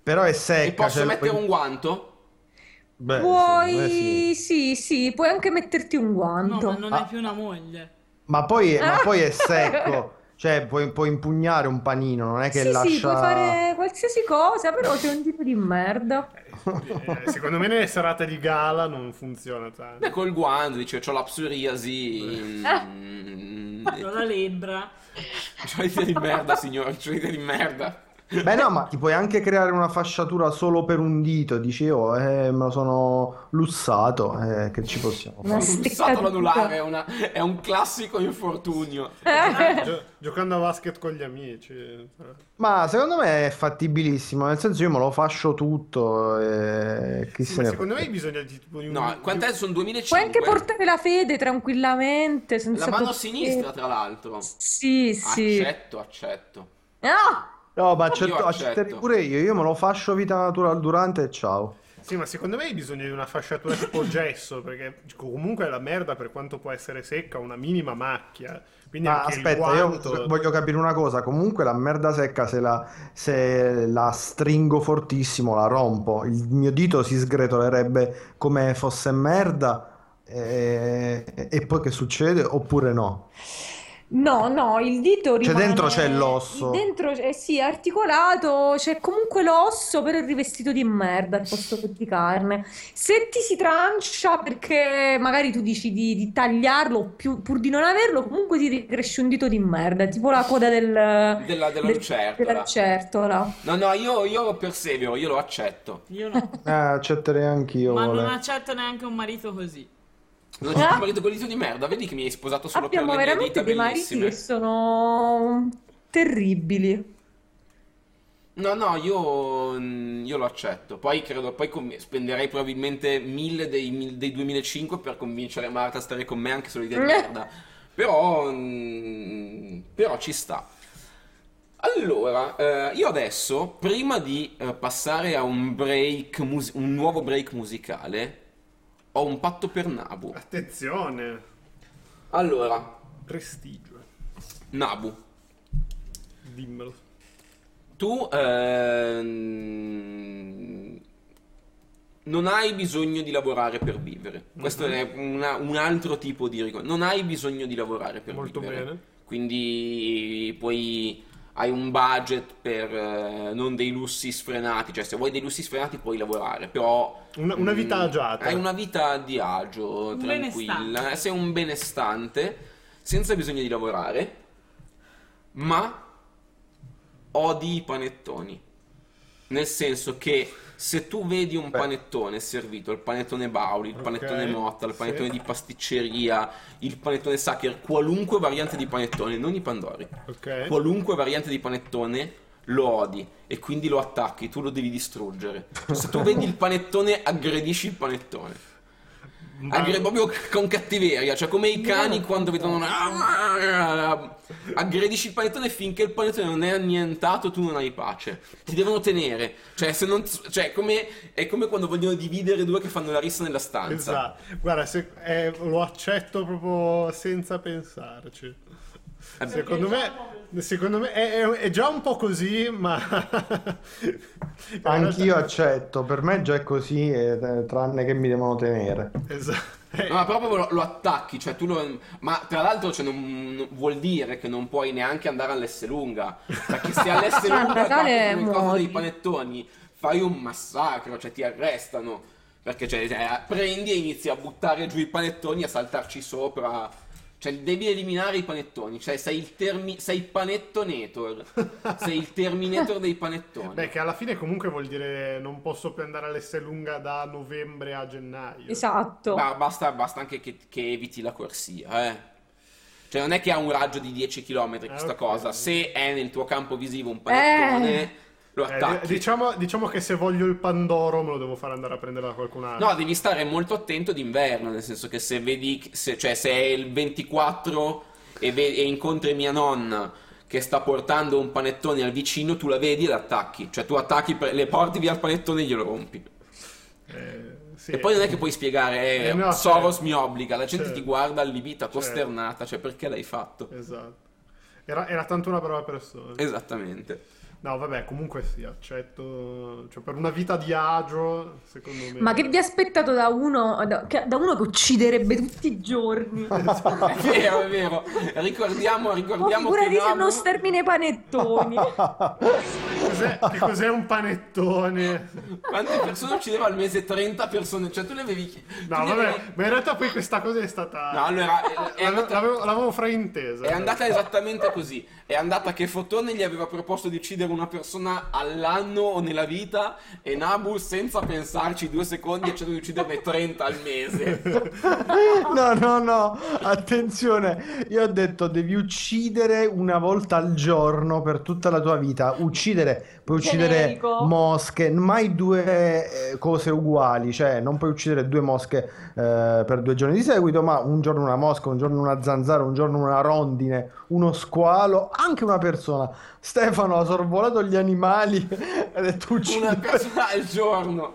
Però è secca. E posso cioè, mettere puoi- un guanto? Beh, secondo me Puoi, sì. sì, sì, puoi anche metterti un No, guanto. ma non Ah. hai più una moglie. Ma poi, ma Ah! poi è secco. Cioè, puoi, puoi impugnare un panino, non è che Sì, sì, puoi lascia... fare qualsiasi cosa, però sei un tipo di merda. Eh, secondo me nelle serate di gala non funziona Beh, tanto. col guanto, dice, c'ho la psoriasi. Ah. mm, Ho la lebbra. C'ho l'idea di merda, signore, c'ho l'idea di merda. Beh no, ma ti puoi anche creare una fasciatura solo per un dito. Dici, oh, eh, me lo sono lussato, eh, che ci possiamo Una fare? Un lussato steccatura. l'anulare è, una- è un classico infortunio. Gio- giocando a basket con gli amici. Ma secondo me è fattibilissimo, nel senso io me lo fascio tutto e chi Sì, se ma ne secondo me frega. bisogna di, tipo, di un- No, di- quant'è? Sono Puoi duemilacinque. anche portare la fede tranquillamente, senza La mano problemi. sinistra, tra l'altro. Sì, sì. Accetto, accetto. Ah! No, ma Io accetto, accetto. accetterei pure io, io me lo fascio vita natural durante e ciao. Sì, ma secondo me hai bisogno di una fasciatura tipo gesso, perché comunque la merda, per quanto può essere secca, ha una minima macchia. Quindi Ma anche il aspetta, guanto... io voglio capire una cosa, comunque la merda secca se la, se la stringo fortissimo, la rompo, il mio dito si sgretolerebbe come fosse merda e, e poi che succede? Oppure no? No, no, il dito Cioè, rimane... dentro c'è l'osso. Dentro, eh, sì, è articolato, c'è comunque l'osso, però è rivestito di merda al posto che di carne. Se ti si trancia perché magari tu dici di, di tagliarlo, più- pur di non averlo, comunque ti ricresce un dito di merda, tipo la coda del, Della, della del- lucertola. della lucertola. No, no, io, io persevero, io lo accetto. Io no. Eh, accetterei anch'io, Ma non vole. accetto neanche un marito così. Non c'è più marito con il dito di merda, vedi che mi hai sposato solo Abbiamo per le mie veramente dita dei mariti bellissime. che sono terribili. No, no, io, mm, io lo accetto. Poi credo, poi com- spenderei probabilmente mille dei, mil- dei duemilacinque per convincere Marta a stare con me anche sull'idea di merda. Però, mm, però ci sta. Allora, eh, io adesso, prima di eh, passare a un break, mus- un nuovo break musicale, ho un patto per Nabu. Attenzione! Allora, Prestigio. Nabu, Dimmelo. tu ehm, non hai bisogno di lavorare per vivere. Questo è una- un altro tipo di ricordo. Non hai bisogno di lavorare per Molto vivere. bene. Quindi puoi hai un budget per eh, non dei lussi sfrenati, cioè se vuoi dei lussi sfrenati puoi lavorare, però Una- una vita mm, agiata. Hai una vita di agio, Un tranquilla, benestante. sei un benestante senza bisogno di lavorare, ma odi i panettoni. Nel senso che se tu vedi un panettone servito, il panettone Bauli, il panettone Motta, il panettone sì. di pasticceria, il panettone Sacher, qualunque variante di panettone, non i Pandori, Ok. qualunque variante di panettone lo odi e quindi lo attacchi, tu lo devi distruggere. Cioè, se tu vedi il panettone, aggredisci il panettone. Aggre- proprio con cattiveria, cioè come i cani quando vedono una... aggredisci il panettone finché il panettone non è annientato, tu non hai pace. Ti devono tenere, cioè se non cioè come è come quando vogliono dividere due che fanno la rissa nella stanza. Esatto. Guarda, se, eh, lo accetto proprio senza pensarci. Eh, Secondo me, secondo me è, è- è già un po' così, ma... Anch'io accetto, per me già è così, eh, tranne che mi devono tenere. Esatto. No, ma proprio lo, lo attacchi, cioè tu lo... Ma tra l'altro cioè, non, non- vuol dire che non puoi neanche andare all'Esselunga. Perché se all'Esselunga Natale capiti quel coso muori. dei panettoni, fai un massacro, cioè ti arrestano. Perché cioè, cioè, prendi e inizi a buttare giù i panettoni, a saltarci sopra. Cioè devi eliminare i panettoni, cioè sei il termi... sei il panettonator. Sei il terminator dei panettoni. Beh, che alla fine comunque vuol dire non posso più andare all'Esselunga da novembre a gennaio. Esatto. Ma basta, basta anche che, che eviti la corsia, eh. Cioè non è che ha un raggio di dieci chilometri questa ok. cosa. Se è nel tuo campo visivo un panettone, lo Eh, attacchi. di- diciamo, diciamo che se voglio il Pandoro me lo devo fare andare a prendere da qualcun altro. No, devi stare molto attento d'inverno, nel senso che se vedi, se, cioè se è il ventiquattro e, ve- e incontri mia nonna che sta portando un panettone al vicino, tu la vedi e l'attacchi. Cioè tu attacchi, pre- le porti via il panettone e glielo rompi. Eh, sì. E poi non è che puoi spiegare, eh, Eh, no, Soros certo. mi obbliga, la gente Certo. ti guarda allibita, Certo. costernata, cioè perché l'hai fatto? Esatto. Era, era tanto una brava persona. Esattamente. No, vabbè, comunque sì, accetto. Cioè, per una vita di agio, secondo me. Ma che vi aspettate da uno, da, che, da uno che ucciderebbe tutti i giorni? È vero, è vero. Ricordiamo, Ma ricordiamo che figurati se Nabu... non stermina i panettoni. Cos'è, che cos'è un panettone? Quante persone uccideva al mese? trenta persone. Cioè tu le avevi... No, tu le vabbè, avevi- ma in realtà poi questa cosa è stata. No, allora... È, è L'avevo, andata... l'avevo- l'avevo fraintesa. È andata esattamente così. È andata che Fotone gli aveva proposto di uccidere una persona all'anno o nella vita e Nabu senza pensarci due secondi ha cercato di ucciderne trenta al mese. No, no, no, attenzione, io ho detto devi uccidere una volta al giorno per tutta la tua vita, uccidere, puoi uccidere Generico. mosche, mai due eh, cose uguali, cioè non puoi uccidere due mosche eh, per due giorni di seguito, ma un giorno una mosca, un giorno una zanzara, un giorno una rondine, uno squalo, anche una persona. Stefano ha sorvolato gli animali e ha detto Una uccidere. persona al giorno.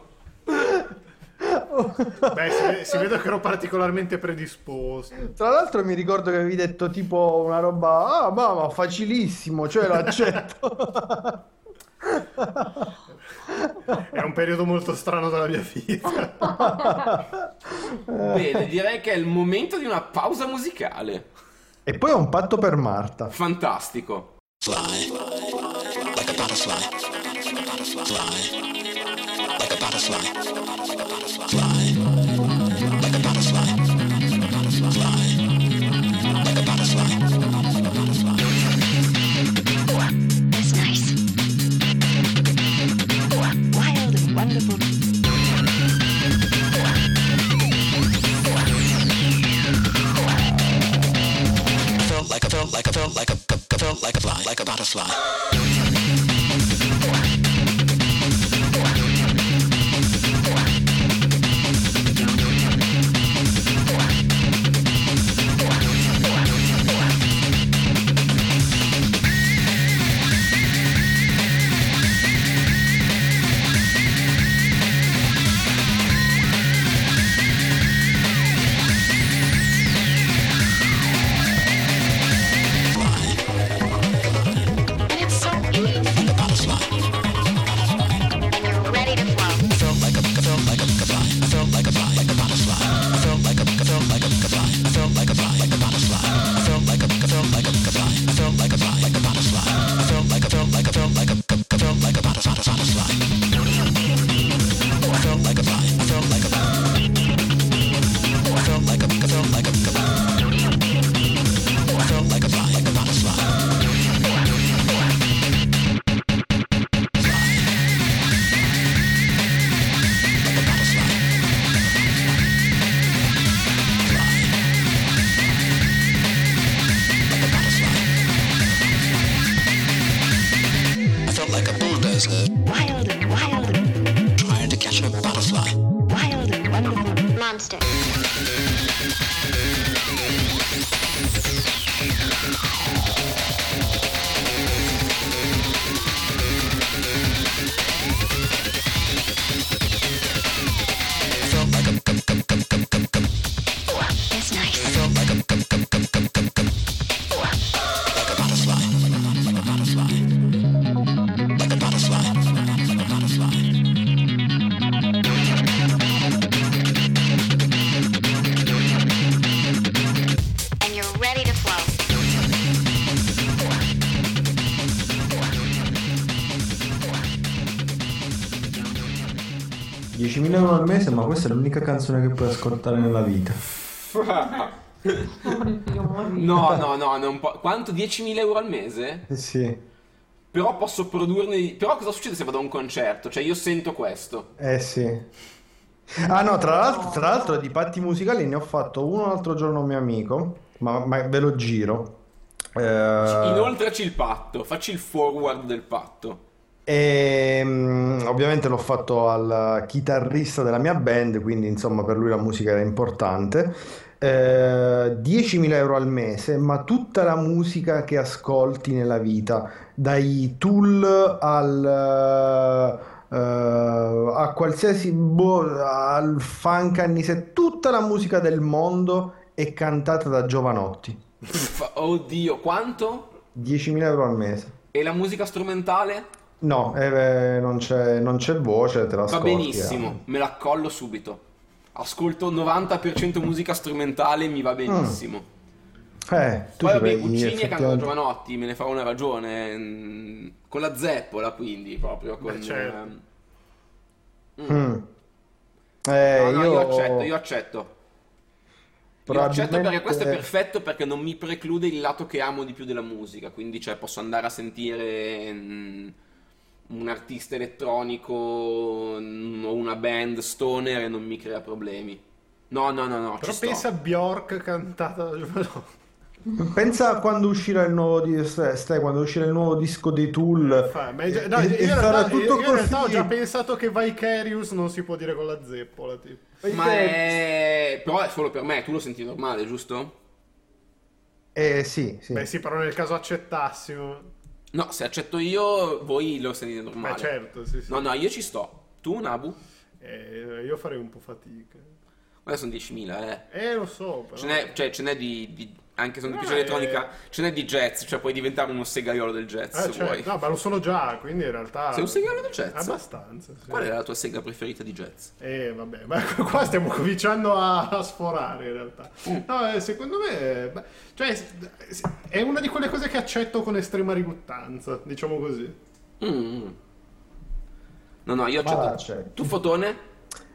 Beh, si, vede- si vede che ero particolarmente predisposto. Tra l'altro mi ricordo che avevi detto tipo una roba, ah mamma, facilissimo, cioè l'accetto. È un periodo molto strano della mia vita. Bene, direi che è il momento di una pausa musicale. E poi ho un patto per Marta. Fantastico. Fly like a butterfly. Fly like a butterfly. Fly like a butterfly. Fly like a butterfly. That's nice. Wild and wonderful. I felt like I felt like I felt like a I felt like a fly like a butterfly. And it's so easy. Butterfly. And you're ready to flow. I felt like a I felt like a fly. I felt like a fly like a butterfly. I felt like a I felt like a fly. I felt like a fly like a butterfly. I felt like a I felt like a fly. I felt like a fly like a butterfly. I felt like I felt like I felt like a I felt like a butterfly butterfly. I felt like a fly. I felt like a I felt like a I felt like a I felt like a fly like a butterfly. Like a butterfly. Like a butterfly. I felt like a bulldozer Wild and wild and trying to catch a butterfly. wild and wonderful. Monster. I felt like a That's nice. I felt like a like a butterfly. Like a butterfly. Like a butterfly. Like a butterfly. And you're ready to flow. diecimila euro al mese, ma questa è l'unica canzone che puoi ascoltare nella vita. No, no, no, non po- quanto? diecimila euro al mese? Eh sì, Però posso produrne... Però cosa succede se vado a un concerto? Cioè io sento questo. eh sì. Ah no, tra l'altro, tra l'altro di patti musicali ne ho fatto uno l'altro giorno a un mio amico, ma, ma ve lo giro. Eh, Inoltraci il patto, facci il forward del patto. E mm, ovviamente l'ho fatto al chitarrista della mia band, quindi insomma per lui la musica era importante. Eh, diecimila euro al mese, ma tutta la musica che ascolti nella vita, dai Tool al, eh, a qualsiasi boh, al funk anni settanta, tutta la musica del mondo è cantata da Giovanotti. Fa- Oddio, quanto? diecimila euro al mese. E la musica strumentale? No, eh, non c'è, non c'è voce, te la Va ascolti. benissimo, eh. me la collo subito. Ascolto novanta per cento musica strumentale, mi va benissimo. Eh, tu Poi ci vabbè, vai Guccini e Cantano effettivamente. Giovanotti, me ne fa una ragione. mm, Con la zeppola, quindi, proprio con... Beh, certo. ehm, Mm. Eh, No, no, io... io accetto, io accetto. Io accetto perché probabilmente- questo è perfetto perché non mi preclude il lato che amo di più della musica, quindi cioè posso andare a sentire mm, un artista elettronico mm, o una band stoner e non mi crea problemi. No, no, no, no, Però ci sto. pensa a Bjork cantata da Giovanotti. Pensa a quando uscirà il nuovo di... stai, quando uscirà il nuovo disco dei Tool. Fa- ma è già- no, e- io, e in sarà realtà, tutto io in realtà ho così. già pensato che Vicarious non si può dire con la zeppola, tipo. Ma è... però è solo per me, tu lo senti normale, giusto? Eh sì, sì. Beh sì, però nel caso accettassimo. No, se accetto io, voi lo sentite normale. Beh certo, sì sì. No, no, io ci sto. Tu, Nabu? Eh, io farei un po' fatica. Guarda, sono diecimila, eh. Eh, lo so, però. Ce n'è, cioè, ce n'è di, di- anche se non ti No, piace eh. l'elettronica, ce n'è di jazz, cioè puoi diventare uno segaiolo del jazz Eh, se certo. vuoi. No, ma lo sono già, quindi in realtà... Sei un segaiolo del jazz? Abbastanza, sì. Qual è la tua sega preferita di jazz? Eh, vabbè, ma qua stiamo cominciando a, a sforare in realtà. No, eh, secondo me, beh, cioè, s- è una di quelle cose che accetto con estrema riluttanza, diciamo così. Mm. No, no, io Ma accetto. accetto. Tu, Fotone?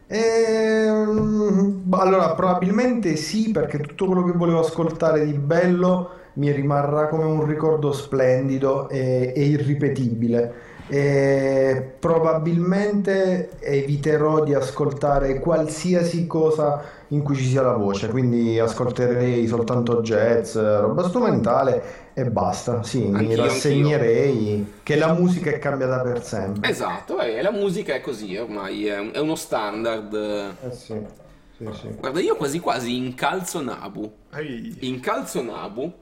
Ehm, allora, probabilmente sì, perché tutto quello che volevo ascoltare di bello mi rimarrà come un ricordo splendido e, e irripetibile. E probabilmente eviterò di ascoltare qualsiasi cosa in cui ci sia la voce, quindi ascolterei soltanto jazz, roba strumentale e basta. Sì, mi Anch'io, rassegnerei che la musica è cambiata per sempre. Esatto, e la musica è così, ormai è, un- è uno standard. Eh sì, sì, sì. Guarda, io quasi quasi incalzo Nabu. Ehi. Incalzo Nabu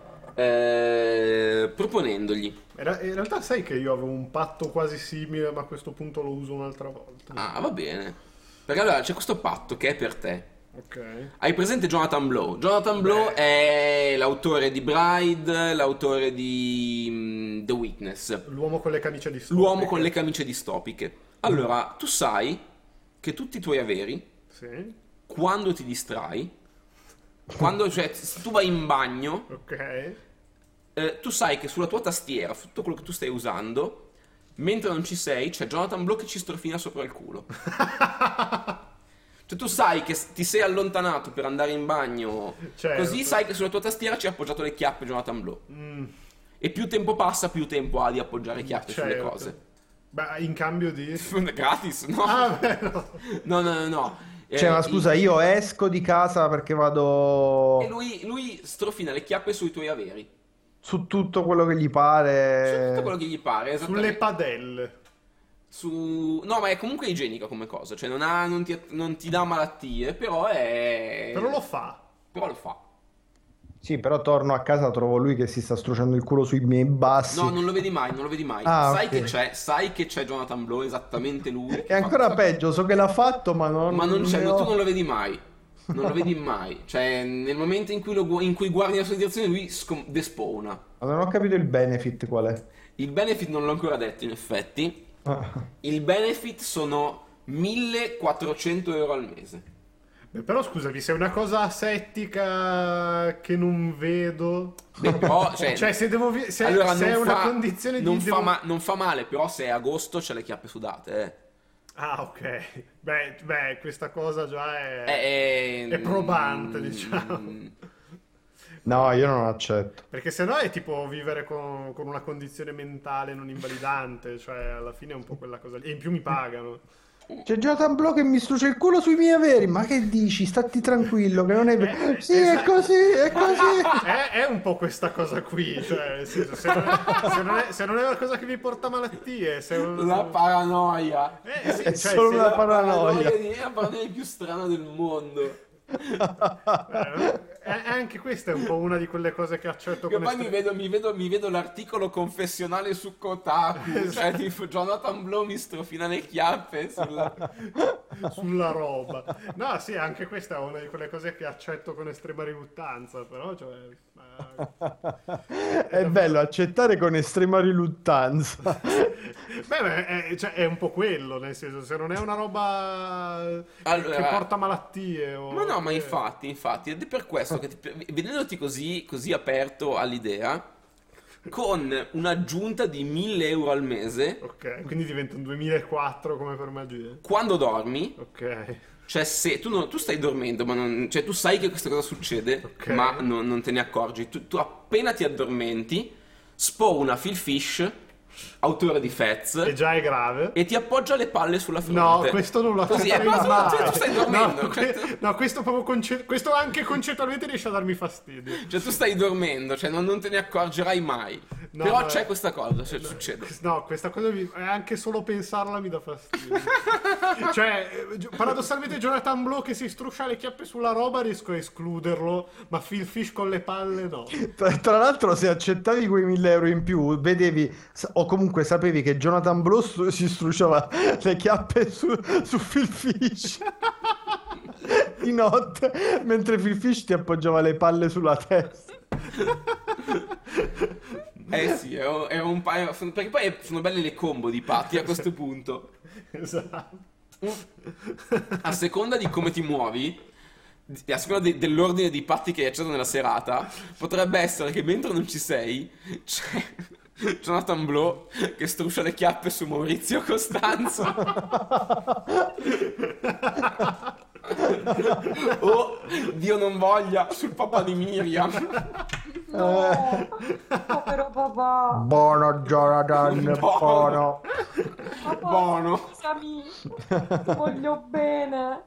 eh, proponendogli. Era- In realtà sai che io avevo un patto quasi simile, ma a questo punto lo uso un'altra volta. Ah, va bene. Perché allora c'è questo patto che è per te. Ok. Hai presente Jonathan Blow? Jonathan Blow è l'autore di Bride, l'autore di mm, The Witness, L'uomo con le camicie di stoffa. l'uomo con le camicie distopiche. Allora, tu sai che tutti i tuoi averi, Sì, quando ti distrai, quando cioè se tu vai in bagno, ok. eh, tu sai che sulla tua tastiera, su tutto quello che tu stai usando, mentre non ci sei, c'è Jonathan Blow che ci strofina sopra il culo. Cioè tu sai che s- ti sei allontanato per andare in bagno, Certo. così sai che sulla tua tastiera ci ha appoggiato le chiappe Jonathan Blow. Mm, E più tempo passa, più tempo ha di appoggiare chiappe sulle certo. cose. Beh, in cambio di... Gratis, no? Ah, beh, no. No, no, no, no. Eh, Cioè, ma scusa, il- io esco di casa perché vado E lui, lui strofina le chiappe sui tuoi averi. su tutto quello che gli Su pare. tutto quello che gli pare, Sulle esattamente. padelle. Su... No, ma è comunque igienica come cosa. Cioè, non, ha, non, ti, non ti dà malattie, però è... Però lo fa. Però lo fa. Sì, però torno a casa, trovo lui che si sta strusciando il culo sui miei bassi. No, non lo vedi mai, non lo vedi mai. Ah, sai ok. che c'è, sai che c'è Jonathan Blow, esattamente lui. che È fa ancora questa- peggio, so che l'ha fatto, ma non, Ma non c'è, ne no, ho- tu non lo vedi mai. Non lo vedi mai. Cioè, nel momento in cui, lo gu- in cui guardi la sua direzione, lui scom- despawna. Ma non ho capito il benefit qual è. Il benefit non l'ho ancora detto, in effetti. Ah. Il benefit sono millequattrocento euro al mese. Beh, però scusami, se è una cosa asettica che non vedo... Beh, però, cioè, Cioè, se devo... vi- Se, allora, se non è una fa- condizione di... non, fa devo- ma- non fa male, però se è agosto c'è le chiappe sudate, eh. Ah, ok. Beh, beh, questa cosa già è... È, È probante, mm, diciamo. No, io non accetto. Perché sennò è tipo vivere con, con una condizione mentale non invalidante, cioè alla fine è un po' quella cosa lì. E in più mi pagano. C'è Jonathan Blow che mi strucia il culo sui miei averi. Ma che dici? Stati tranquillo, che non è vero. Eh, Sì, è esatto. così, è così. È, è un po' questa cosa qui, cioè, nel senso, se, non è, se, non è, se non è una cosa che mi porta malattie, se è un- La paranoia. Eh, sì, È cioè, solo se- una La paranoia. di- è la paranoia più strana del mondo. eh, eh, anche questa è un po' una di quelle cose che accetto Che con poi mi estre- vedo, mi, vedo, mi vedo l'articolo confessionale su Kotaku. Cioè, tipo, Jonathan Blow mi strofina le chiappe sulla... sulla roba. No, sì, anche questa è una di quelle cose che accetto con estrema riluttanza, però, cioè, Eh, È bello accettare con estrema riluttanza. Beh, beh, è, cioè, è un po' quello, nel senso, se non è una roba Allora- che porta malattie o... Ma no, ma eh, infatti, infatti, ed è per questo che ti- vedendoti così, così aperto all'idea, con un'aggiunta di mille euro al mese, Ok, quindi diventa un duemilaquattro come per magia. quando dormi, Ok. cioè se tu, non- tu stai dormendo, ma non, cioè tu sai che questa cosa succede, Ok. ma non, non te ne accorgi. Tu, tu appena ti addormenti, spawna Phil Fish, autore di Fez, E già è grave. e ti appoggia le palle sulla fronte. No, questo non lo Così, accetterei eh, ma tu- mai. tu- tu stai dormendo. No, que- no, questo proprio conce- questo anche concettualmente riesce a darmi fastidio. Cioè tu stai dormendo, cioè non, non te ne accorgerai mai. No, Però ma- c'è questa cosa, cioè, succede. No, questa cosa mi- anche solo pensarla mi dà fastidio. Cioè, eh, gi- paradossalmente Jonathan Blow che si struscia le chiappe sulla roba riesco a escluderlo, ma Phil Fish con le palle no. Tra, tra l'altro, se accettavi quei mille euro in più, vedevi s- o comunque sapevi che Jonathan Blow stru- si strusciava le chiappe su, su Phil Fish di notte, mentre Phil Fish ti appoggiava le palle sulla testa. Eh sì, è un, è un paio. Perché poi sono belle le combo di patti a questo punto. Esatto. A seconda di come ti muovi, a seconda de- dell'ordine di patti che hai acceso nella serata, potrebbe essere che mentre non ci sei, c'è Jonathan Blow che struscia le chiappe su Maurizio Costanzo. O, Dio non voglia, sul papà di Miriam. No, povero papà. Buono Jonathan, buono. Papà, Buono. scusami, ti voglio bene.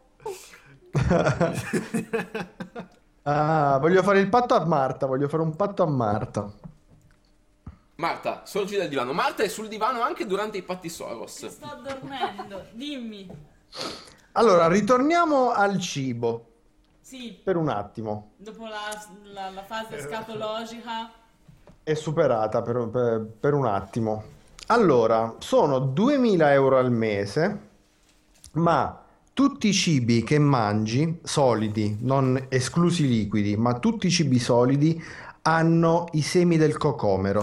Ah, voglio fare il patto a Marta, voglio fare un patto a Marta. Marta, sorgi dal divano. Marta è sul divano anche durante i patti Soros. Sto dormendo, dimmi. Allora, ritorniamo al cibo Sì, per un attimo. dopo la, la- la fase scatologica. È superata per, per- per un attimo. Allora, sono duemila euro al mese, ma tutti i cibi che mangi, solidi, non esclusi liquidi, ma tutti i cibi solidi hanno i semi del cocomero.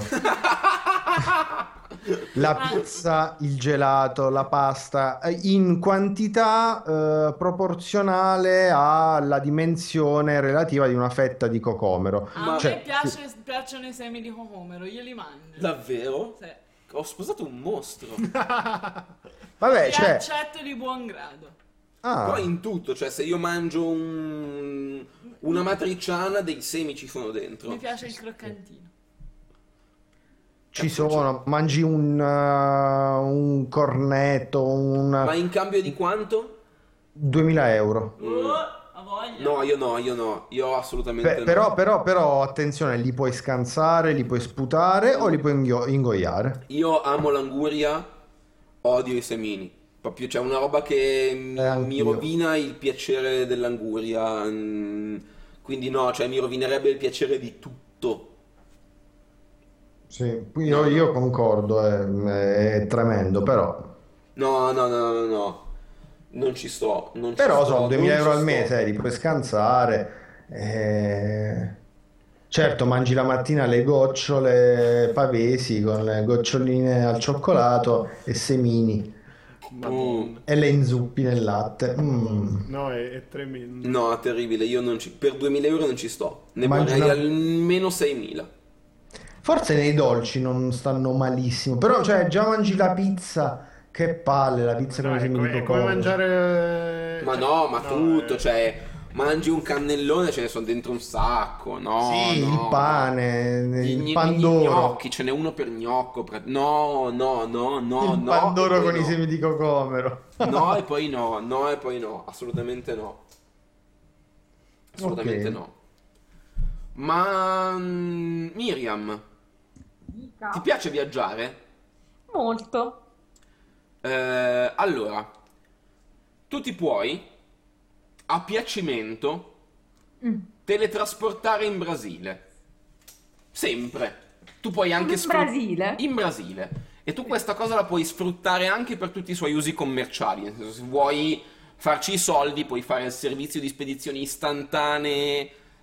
La pizza, il gelato, la pasta, eh, in quantità eh, proporzionale alla dimensione relativa di una fetta di cocomero. A Cioè, me piace- piacciono i semi di cocomero, io li mangio. Davvero? Sì. Ho sposato un mostro. Vabbè, Li cioè, accetto di buon grado. ah, Poi in tutto, cioè se io mangio un- una matriciana, dei semi ci sono dentro. Mi piace il croccantino. ci sono, mangi un, uh, un cornetto, un Ma in cambio di quanto? duemila euro. Oh, a voglia. No, io no, io no, io assolutamente Beh, no. però, però, però, attenzione, li puoi scansare, li puoi sputare o li puoi inghio- ingoiare. Io amo l'anguria, odio i semini. Proprio c'è una roba che mi, Eh, anch'io. mi rovina il piacere dell'anguria. mm, Quindi no, cioè mi rovinerebbe il piacere di tutto. Sì, io, io concordo, è, è tremendo, però. No, no, no, no, no. Non ci sto. Non ci Però sto, sono duemila non euro ci al sto. mese, eh, li puoi scansare. eh. Certo, mangi la mattina le gocciole pavesi con le goccioline al cioccolato e semini Mm. e le inzuppi nel latte. Mm. No, è, è tremendo. No, terribile, io non ci... per duemila euro non ci sto. Ne Mangi vorrei una- almeno seimila. Forse nei dolci non stanno malissimo, però cioè già mangi la pizza, che palle, la pizza con No, i è, semi come, di è come cocomero. mangiare... Ma cioè, no, ma tutto, eh, cioè, mangi un cannellone, ce ne sono dentro un sacco, no, Sì, no, il pane, no. il Gli- gli- pan gli d'oro. gnocchi, ce n'è uno per gnocco, pra- no, no, no, no, Il no, pandoro e poi con i no. semi di cocomero. No e poi no, no e poi no, assolutamente no. Assolutamente Ok. no. Ma mm, Miriam, Dica. ti piace viaggiare? Molto. Eh, allora, tu ti puoi, a piacimento, Mm. teletrasportare in Brasile. Sempre. Tu puoi anche In sfrut- Brasile? In Brasile. E tu questa cosa la puoi sfruttare anche per tutti i suoi usi commerciali. Nel senso, se vuoi farci i soldi, puoi fare il servizio di spedizioni istantanee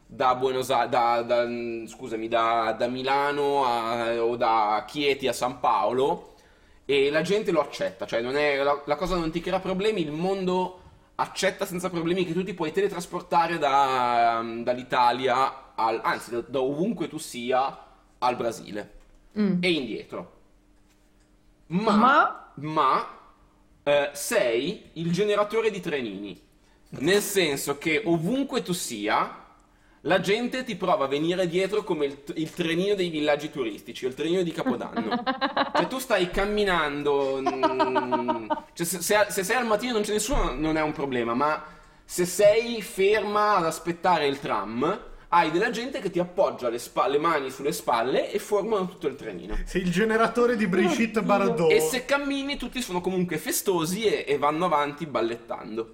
da Buenos Aires, da, da- scusami, da, da Milano a- o da Chieti a San Paolo, e la gente lo accetta, cioè non è, la, la cosa non ti crea problemi, il mondo accetta senza problemi che tu ti puoi teletrasportare da- dall'Italia, al, anzi da, da ovunque tu sia, al Brasile e indietro. Ma, Ma? ma, eh, sei il generatore di trenini, nel senso che ovunque tu sia, la gente ti prova a venire dietro come il, il trenino dei villaggi turistici, o il trenino di Capodanno. Cioè tu stai camminando, mm, cioè, se, se- se sei al mattino e non c'è nessuno non è un problema, ma se sei ferma ad aspettare il tram, hai della gente che ti appoggia le, spa- le mani sulle spalle e formano tutto il trenino. Sei il generatore di Brigitte Bardot. E se cammini tutti sono comunque festosi e, e vanno avanti ballettando.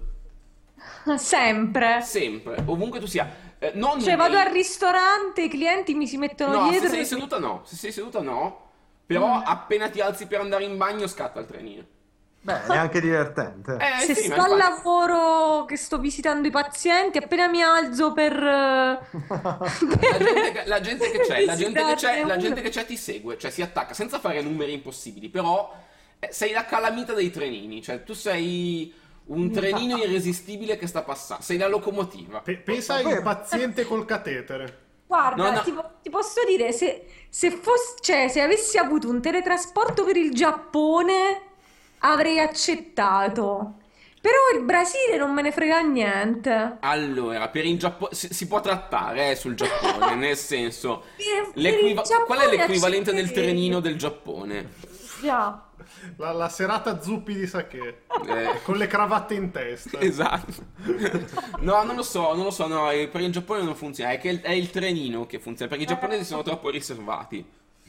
Sempre. Sempre, ovunque tu sia. Eh, non Cioè, nei- vado al ristorante, i clienti mi si mettono No, se dietro. sei e- seduta no, se sei seduta no, però appena ti alzi per andare in bagno scatta il trenino. Beh, è anche divertente. Eh, Se sì, ma sto al infatti- lavoro che sto visitando i pazienti, appena mi alzo per... eh, La gente, che- la gente che c'è, la gente che c'è, visitarne la uno. gente che c'è ti segue, cioè si attacca senza fare numeri impossibili, però eh, sei la calamita dei trenini, cioè tu sei un trenino irresistibile che sta passando, sei la locomotiva. Pe- pensa al paziente col catetere. Guarda, No, no. Ti, po- ti posso dire, se, se fosse, cioè, se avessi avuto un teletrasporto per il Giappone, avrei accettato. Però il Brasile non me ne frega niente. Allora, per il Giappone si, si può trattare eh, sul Giappone, nel senso, Per- per l'equiva- il Giappone qual è l'equivalente del accetterei. trenino del Giappone? Già. La, la serata zuppi di sake. Eh, Con le cravatte in testa. Esatto. No, non lo so, non lo so, no, eh, per il Giappone non funziona, è che è il trenino che funziona, perché i giapponesi sono troppo riservati.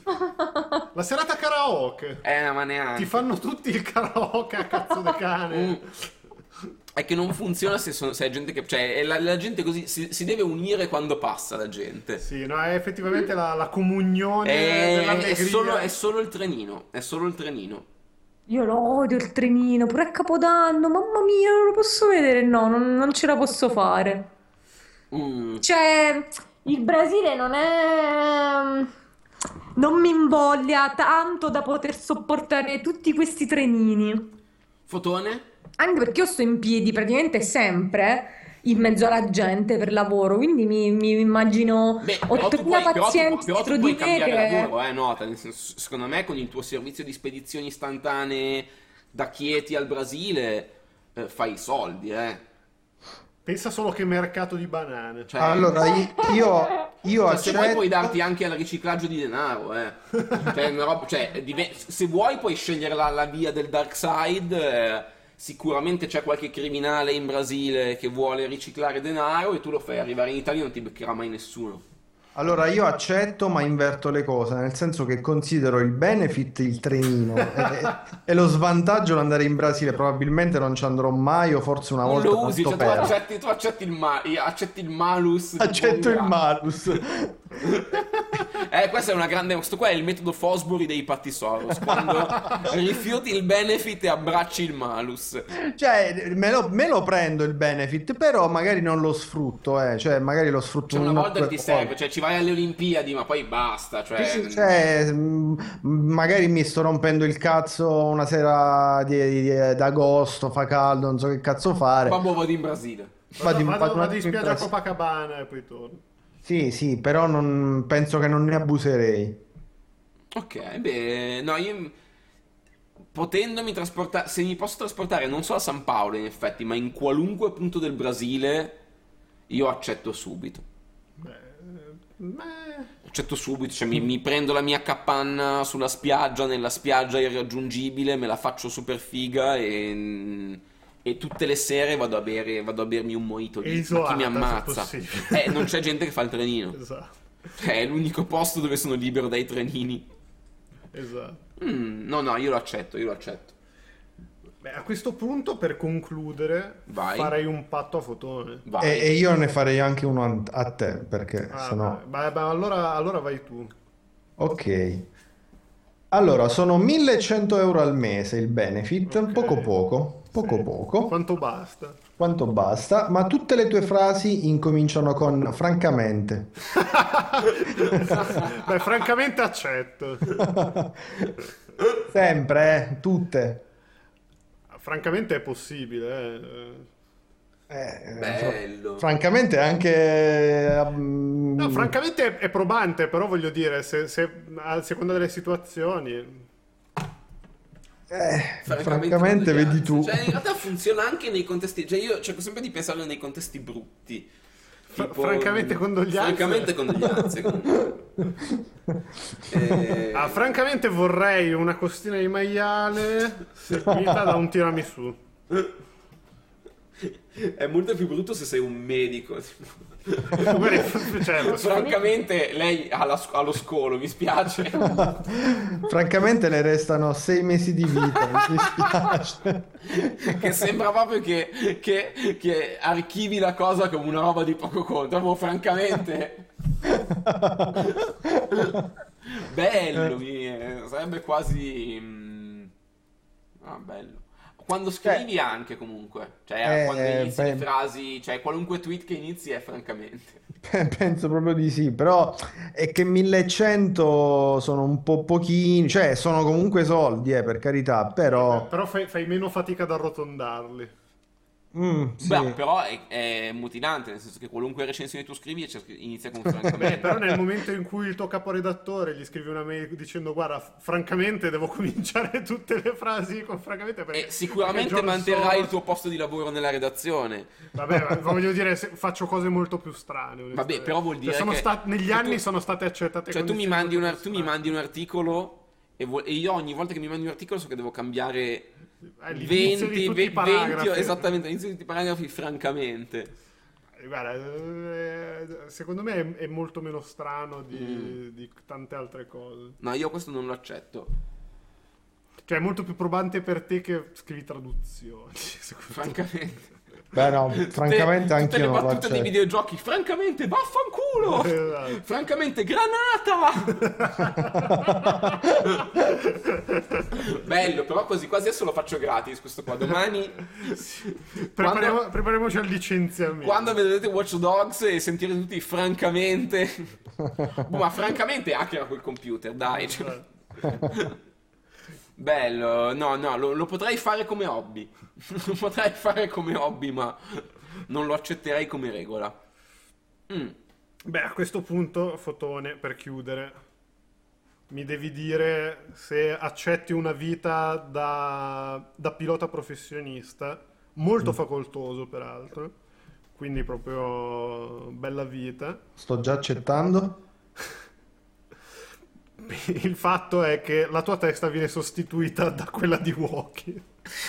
La serata karaoke. Eh, ma neanche. Ti fanno tutti il karaoke a cazzo di cane. Mm. È che non funziona se, sono, se è gente che... Cioè, è la, la gente così si, si deve unire quando passa la gente. Sì, no, è effettivamente la, la comunione È, dell'allegria. è solo, è solo il trenino, è solo il trenino. Io lo odio il trenino, pure a Capodanno, mamma mia, non lo posso vedere, no, non, non ce la posso fare. Mm. Cioè, il Brasile non è... non mi invoglia tanto da poter sopportare tutti questi trenini. Fotone? Anche perché io sto in piedi praticamente sempre in mezzo alla gente per lavoro, quindi mi, mi immagino Beh, però tu ottomila puoi, però tu- pazienti però tu dietro puoi di me cambiare che... lavoro, eh, nota, nel senso, secondo me con il tuo servizio di spedizioni istantanee da Chieti al Brasile eh, fai i soldi, eh. Pensa solo che mercato di banane. Cioè, Allora, i- io, io cioè, se vuoi accetto... puoi darti anche al riciclaggio di denaro, eh. Cioè, una roba- cioè, dive- se vuoi puoi scegliere la, la via del dark side, eh, sicuramente c'è qualche criminale in Brasile che vuole riciclare denaro e tu lo fai arrivare in Italia e non ti beccherà mai nessuno. Allora, io accetto, ma inverto le cose, nel senso che considero il benefit il trenino e, e lo svantaggio l'andare in Brasile. Probabilmente non ci andrò mai, o forse una Non volta lo usi, tanto cioè, tu, per. accetti, tu accetti il ma- accetti il malus. di Accetto il buon grado. malus. Eh, questo è una grande. Questo qua è il metodo Fosbury dei Patti Soros. Quando rifiuti il benefit e abbracci il malus. Cioè, me lo, me lo prendo il benefit, però magari non lo sfrutto, eh. Cioè, magari lo sfrutto C'è una una volta che ti volta. serve, cioè ci vai alle Olimpiadi, ma poi basta. Cioè, Sì, sì, cioè, mh, magari mi sto rompendo il cazzo una sera di, di- d'agosto, fa caldo, non so che cazzo fare. Babbo, vado in Brasile. Vado, Vado in- vado- vado un vado in attimo in spiaggia a Brasile. Copacabana e poi torno. Sì, sì, però non, penso che non ne abuserei. Ok, beh, no, io potendomi trasportare, se mi posso trasportare non solo a San Paolo in effetti, ma in qualunque punto del Brasile, io accetto subito. Accetto subito, cioè mi, mi prendo la mia capanna sulla spiaggia, nella spiaggia irraggiungibile, me la faccio super figa e, e tutte le sere vado a bere, vado a bermi un mojito lì. Ma chi Isolata, mi se ammazza? possibile. Eh, non c'è gente che fa il trenino. Esatto, È l'unico posto dove sono libero dai trenini. esatto. Mm, no, no, io lo accetto, io lo accetto. Beh, a questo punto, per concludere, Vai. farei un patto a Fotone. Vai. E, e io ne farei anche uno a, a te, perché Ah, sennò... beh, beh, allora, allora vai tu. Ok. Allora, sono millecento euro al mese il benefit, Ok. poco poco. poco Sì. poco, Quanto basta? quanto basta, ma tutte le tue frasi incominciano con francamente. Beh, francamente accetto. Sempre, eh, tutte. Francamente è possibile, eh. Eh, Bello. fra- francamente anche... mm, No, francamente è, è probante, però voglio dire, se, se a seconda delle situazioni... eh, Francamente, francamente vedi tu. Cioè, in realtà funziona anche nei contesti. Cioè, io cerco sempre di pensarlo nei contesti brutti. Fra- Tipo, francamente condoglianze. Francamente condoglianze. comunque. Eh, Ah, francamente vorrei una costina di maiale seguita da un tiramisù. È molto più brutto se sei un medico. Guarda, cioè, Francamente, lei ha, la- ha lo scolo, mi spiace. Francamente le restano sei mesi di vita, mi dispiace. Che sembra proprio che, che, che archivi la cosa come una roba di poco conto. Proprio francamente. Bello, mi- sarebbe quasi. mm, Ah, bello. Quando scrivi anche comunque, cioè Eh, quando inizi le beh. frasi, cioè qualunque tweet che inizi è francamente. Penso proprio di sì, però è che millecento sono un po' pochini, cioè sono comunque soldi, eh, per carità, però... però fai, fai meno fatica ad arrotondarli. Mm, sì. Beh, però è, è mutilante, nel senso che qualunque recensione tu scrivi c'è- inizia con Eh, francamente. però nel momento in cui il tuo caporedattore gli scrive una mail dicendo guarda, f- francamente devo cominciare tutte le frasi con francamente perché, E sicuramente perché George manterrai Soros- il tuo posto di lavoro nella redazione. Vabbè, ma voglio dire, se- faccio cose molto più strane. Vabbè, onestamente. però vuol Cioè, dire sono che sta- negli cioè, anni tu- sono state accettate Cioè tu mi, condizioni mandi un, molto ar- più tu mi strane. mandi un articolo e, vo- e io ogni volta che mi mandi un articolo so che devo cambiare All'inizio di venti, tutti i ve- paragrafi. venti esattamente, all'inizio di tutti i paragrafi francamente. Guarda, eh, secondo me è, è molto meno strano di, Mm. di tante altre cose. No, io questo non lo accetto. Cioè è molto più probante per te che scrivi traduzioni. secondo me. Francamente. Beh no, francamente tutte, anche tutte io le non lo battute dei accetto. videogiochi, francamente, vaffanculo! Esatto. Francamente, granata! Bello, però quasi quasi adesso lo faccio gratis questo qua. Domani, Prepariamo- quando, prepariamoci al licenziamento. quando vedrete Watch Dogs e sentirete tutti francamente... Boh, ma francamente hackera quel computer, dai. cioè. Bello, no, no, lo, lo potrei fare come hobby. Lo potrei fare come hobby, ma non lo accetterei come regola. Mm. Beh, a questo punto, Fotone, per chiudere, mi devi dire se accetti una vita da, da pilota professionista, molto facoltoso peraltro, quindi proprio bella vita. Sto già accettando. Il fatto è che la tua testa viene sostituita da quella di Wookie.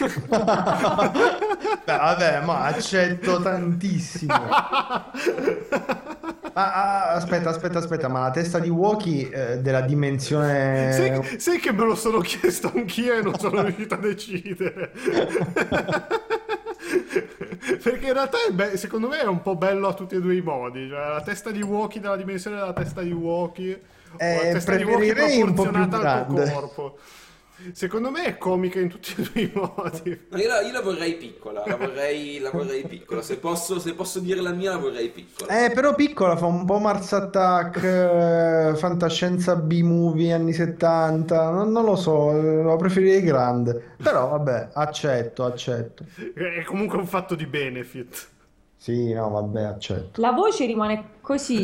Beh, vabbè, ma accetto tantissimo. Ah, ah, aspetta, aspetta, aspetta, ma la testa di Wookie eh, della dimensione... Sai, sai che me lo sono chiesto anch'io e non sono riuscito a decidere. Perché in realtà è be- secondo me è un po' bello a tutti e due i modi. Cioè, la testa di Wookie della dimensione della testa di Wookie, o la Eh, testa di Wookie preferirei un po' più proporzionata al tuo grande. corpo. Secondo me è comica in tutti e due i modi. No, io, la, io la vorrei piccola, la vorrei, la vorrei piccola. Se posso, se posso dire la mia, la vorrei piccola. Eh, però piccola, fa un po' Mars Attack, eh, fantascienza B-movie anni settanta, non, non lo so, eh, lo preferirei grande. Però vabbè, accetto, accetto. È comunque un fatto di benefit. Sì, no, vabbè, accetto. La voce rimane così?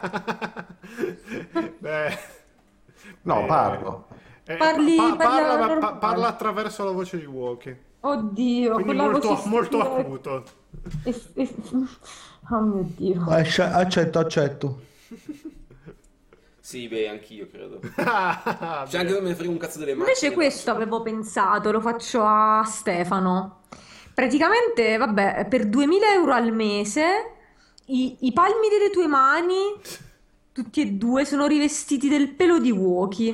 Beh, No, eh, parlo. eh, Parli- pa- parla parla, ma- pa- normale. parla attraverso la voce di Wookie. Oddio, Quindi con la molto, voce molto stile- acuto. e- e- Oh mio Dio. Acce- Accetto, accetto. Sì, beh, anch'io credo. Ah, C'è anche da me ne frega un cazzo delle macchine. Invece questo avevo pensato, lo faccio a Stefano. Praticamente, vabbè, per duemila euro al mese i, i palmi delle tue mani, tutti e due, sono rivestiti del pelo di Wookie.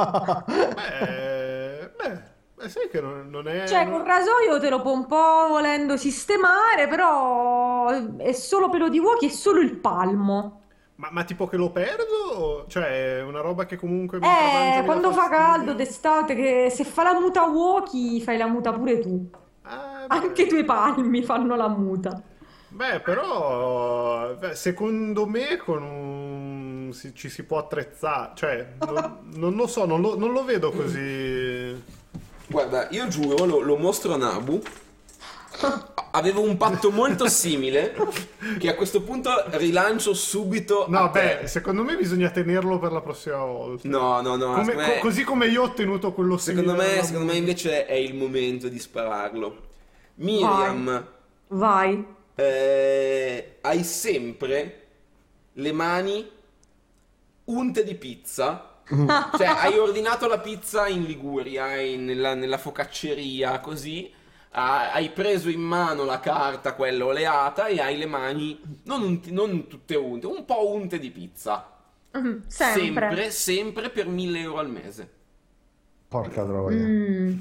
Beh, beh, beh, sai che non, non è... Cioè, non- col rasoio te lo può un po' volendo sistemare, però è solo pelo di Wookie e solo il palmo. Ma, ma tipo che lo perdo? o- Cioè, è una roba che comunque... mentre mangio mi Eh, dà quando fa fastidio? caldo d'estate, che se fa la muta Wookie, fai la muta pure tu. Ah, Anche i tuoi palmi fanno la muta. Beh, però, beh, secondo me con un... si- ci si può attrezzare, cioè, non, non lo so, non lo, non lo vedo così... Guarda, io giuro, lo, lo mostro a Nabu. Avevo un patto molto simile che a questo punto rilancio subito No, a te. beh, secondo me bisogna tenerlo per la prossima volta. No, no, no, Come- secondo me- co- così come io ho ottenuto quello Secondo simile me, alla secondo me muta. invece è il momento di spararlo. Miriam, Vai. eh, hai sempre le mani unte di pizza. Cioè, hai ordinato la pizza in Liguria, in- nella, nella focacceria, così. Ha- hai preso in mano la carta, quella oleata, e hai le mani non, unti- non tutte unte, un po' unte di pizza. Mm, sempre. Sempre, sempre per mille euro al mese. Porca troia. Mm.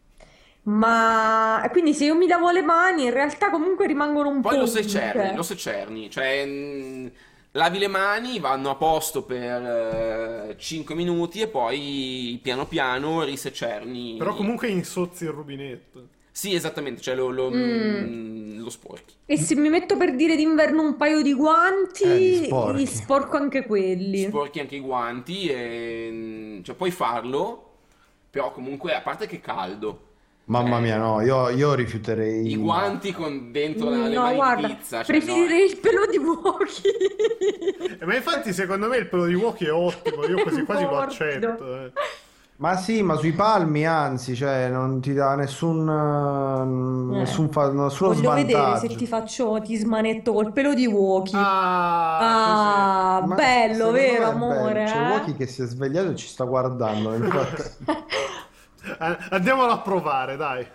Ma e quindi se io mi lavo le mani, in realtà comunque rimangono un Poi po' lo secerni, unte. lo secerni, cioè mh, lavi le mani, vanno a posto per eh, cinque minuti e poi piano piano risecerni. Però comunque insozzi il rubinetto. Sì, esattamente, cioè lo, lo, Mm. mh, lo sporchi. E se mi metto per dire d'inverno un paio di guanti, Eh, li sporchi. gli sporco anche quelli. Sporchi anche i guanti e mh, cioè puoi farlo, però comunque a parte che è caldo. Mamma Eh, mia, no, io, io rifiuterei. I guanti con dentro le No, mani guarda, di pizza, cioè, preferirei il pelo di Wookie. Eh, ma infatti secondo me il pelo di Wookie è ottimo, io così quasi lo Morbido. accetto. eh. Ma sì, ma sui palmi, anzi, cioè, non ti dà nessun, eh, nessun fa- nessuno Voglio vedere svantaggio. se ti faccio, ti smanetto col pelo di Wookie. Ah, Ah, Ma bello, secondo me vero è bello. amore? C'è eh? Wookie che si è svegliato e ci sta guardando nel frattempo. così. Eh, andiamolo a provare, dai.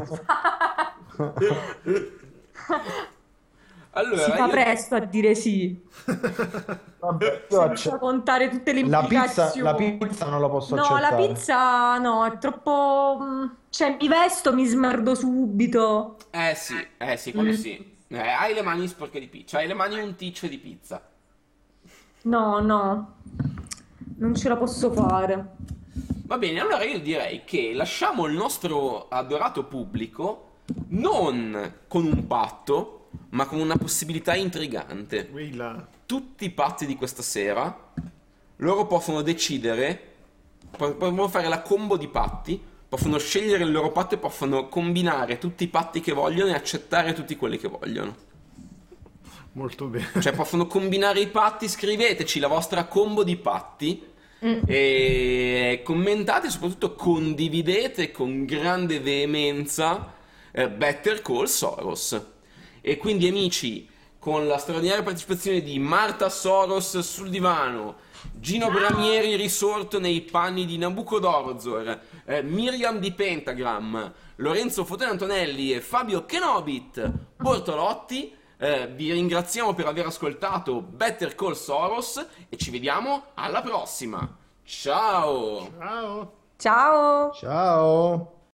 Allora, Si fa io- presto a dire sì, Vabbè, io senza accetto. contare tutte le La pizza, implicazioni. la pizza non la posso No, la accettare. pizza no, è troppo... mm, Cioè, mi vesto, mi smerdo subito. Eh sì, eh sì, quello Mm. sì. Eh, hai le mani sporche di pizza, hai le mani unticce di pizza. No, no, non ce la posso fare. Va bene, allora io direi che lasciamo il nostro adorato pubblico non con un patto, ma con una possibilità intrigante. Quella. Tutti i patti di questa sera, loro possono decidere, po- possono fare la combo di patti, possono scegliere il loro patto e possono combinare tutti i patti che vogliono e accettare tutti quelli che vogliono. Molto bene. Cioè possono combinare i patti, scriveteci la vostra combo di patti e commentate, soprattutto condividete con grande veemenza eh, Better Call Soros. E quindi amici, con la straordinaria partecipazione di Marta Soros sul divano, Gino Bramieri risorto nei panni di Nabucodonosor, eh, Miriam di Pentagram, Lorenzo Fotone Antonelli e Fabio Kenobit Bortolotti, eh, vi ringraziamo per aver ascoltato Better Call Soros e ci vediamo alla prossima. Ciao! Ciao. Ciao! Ciao.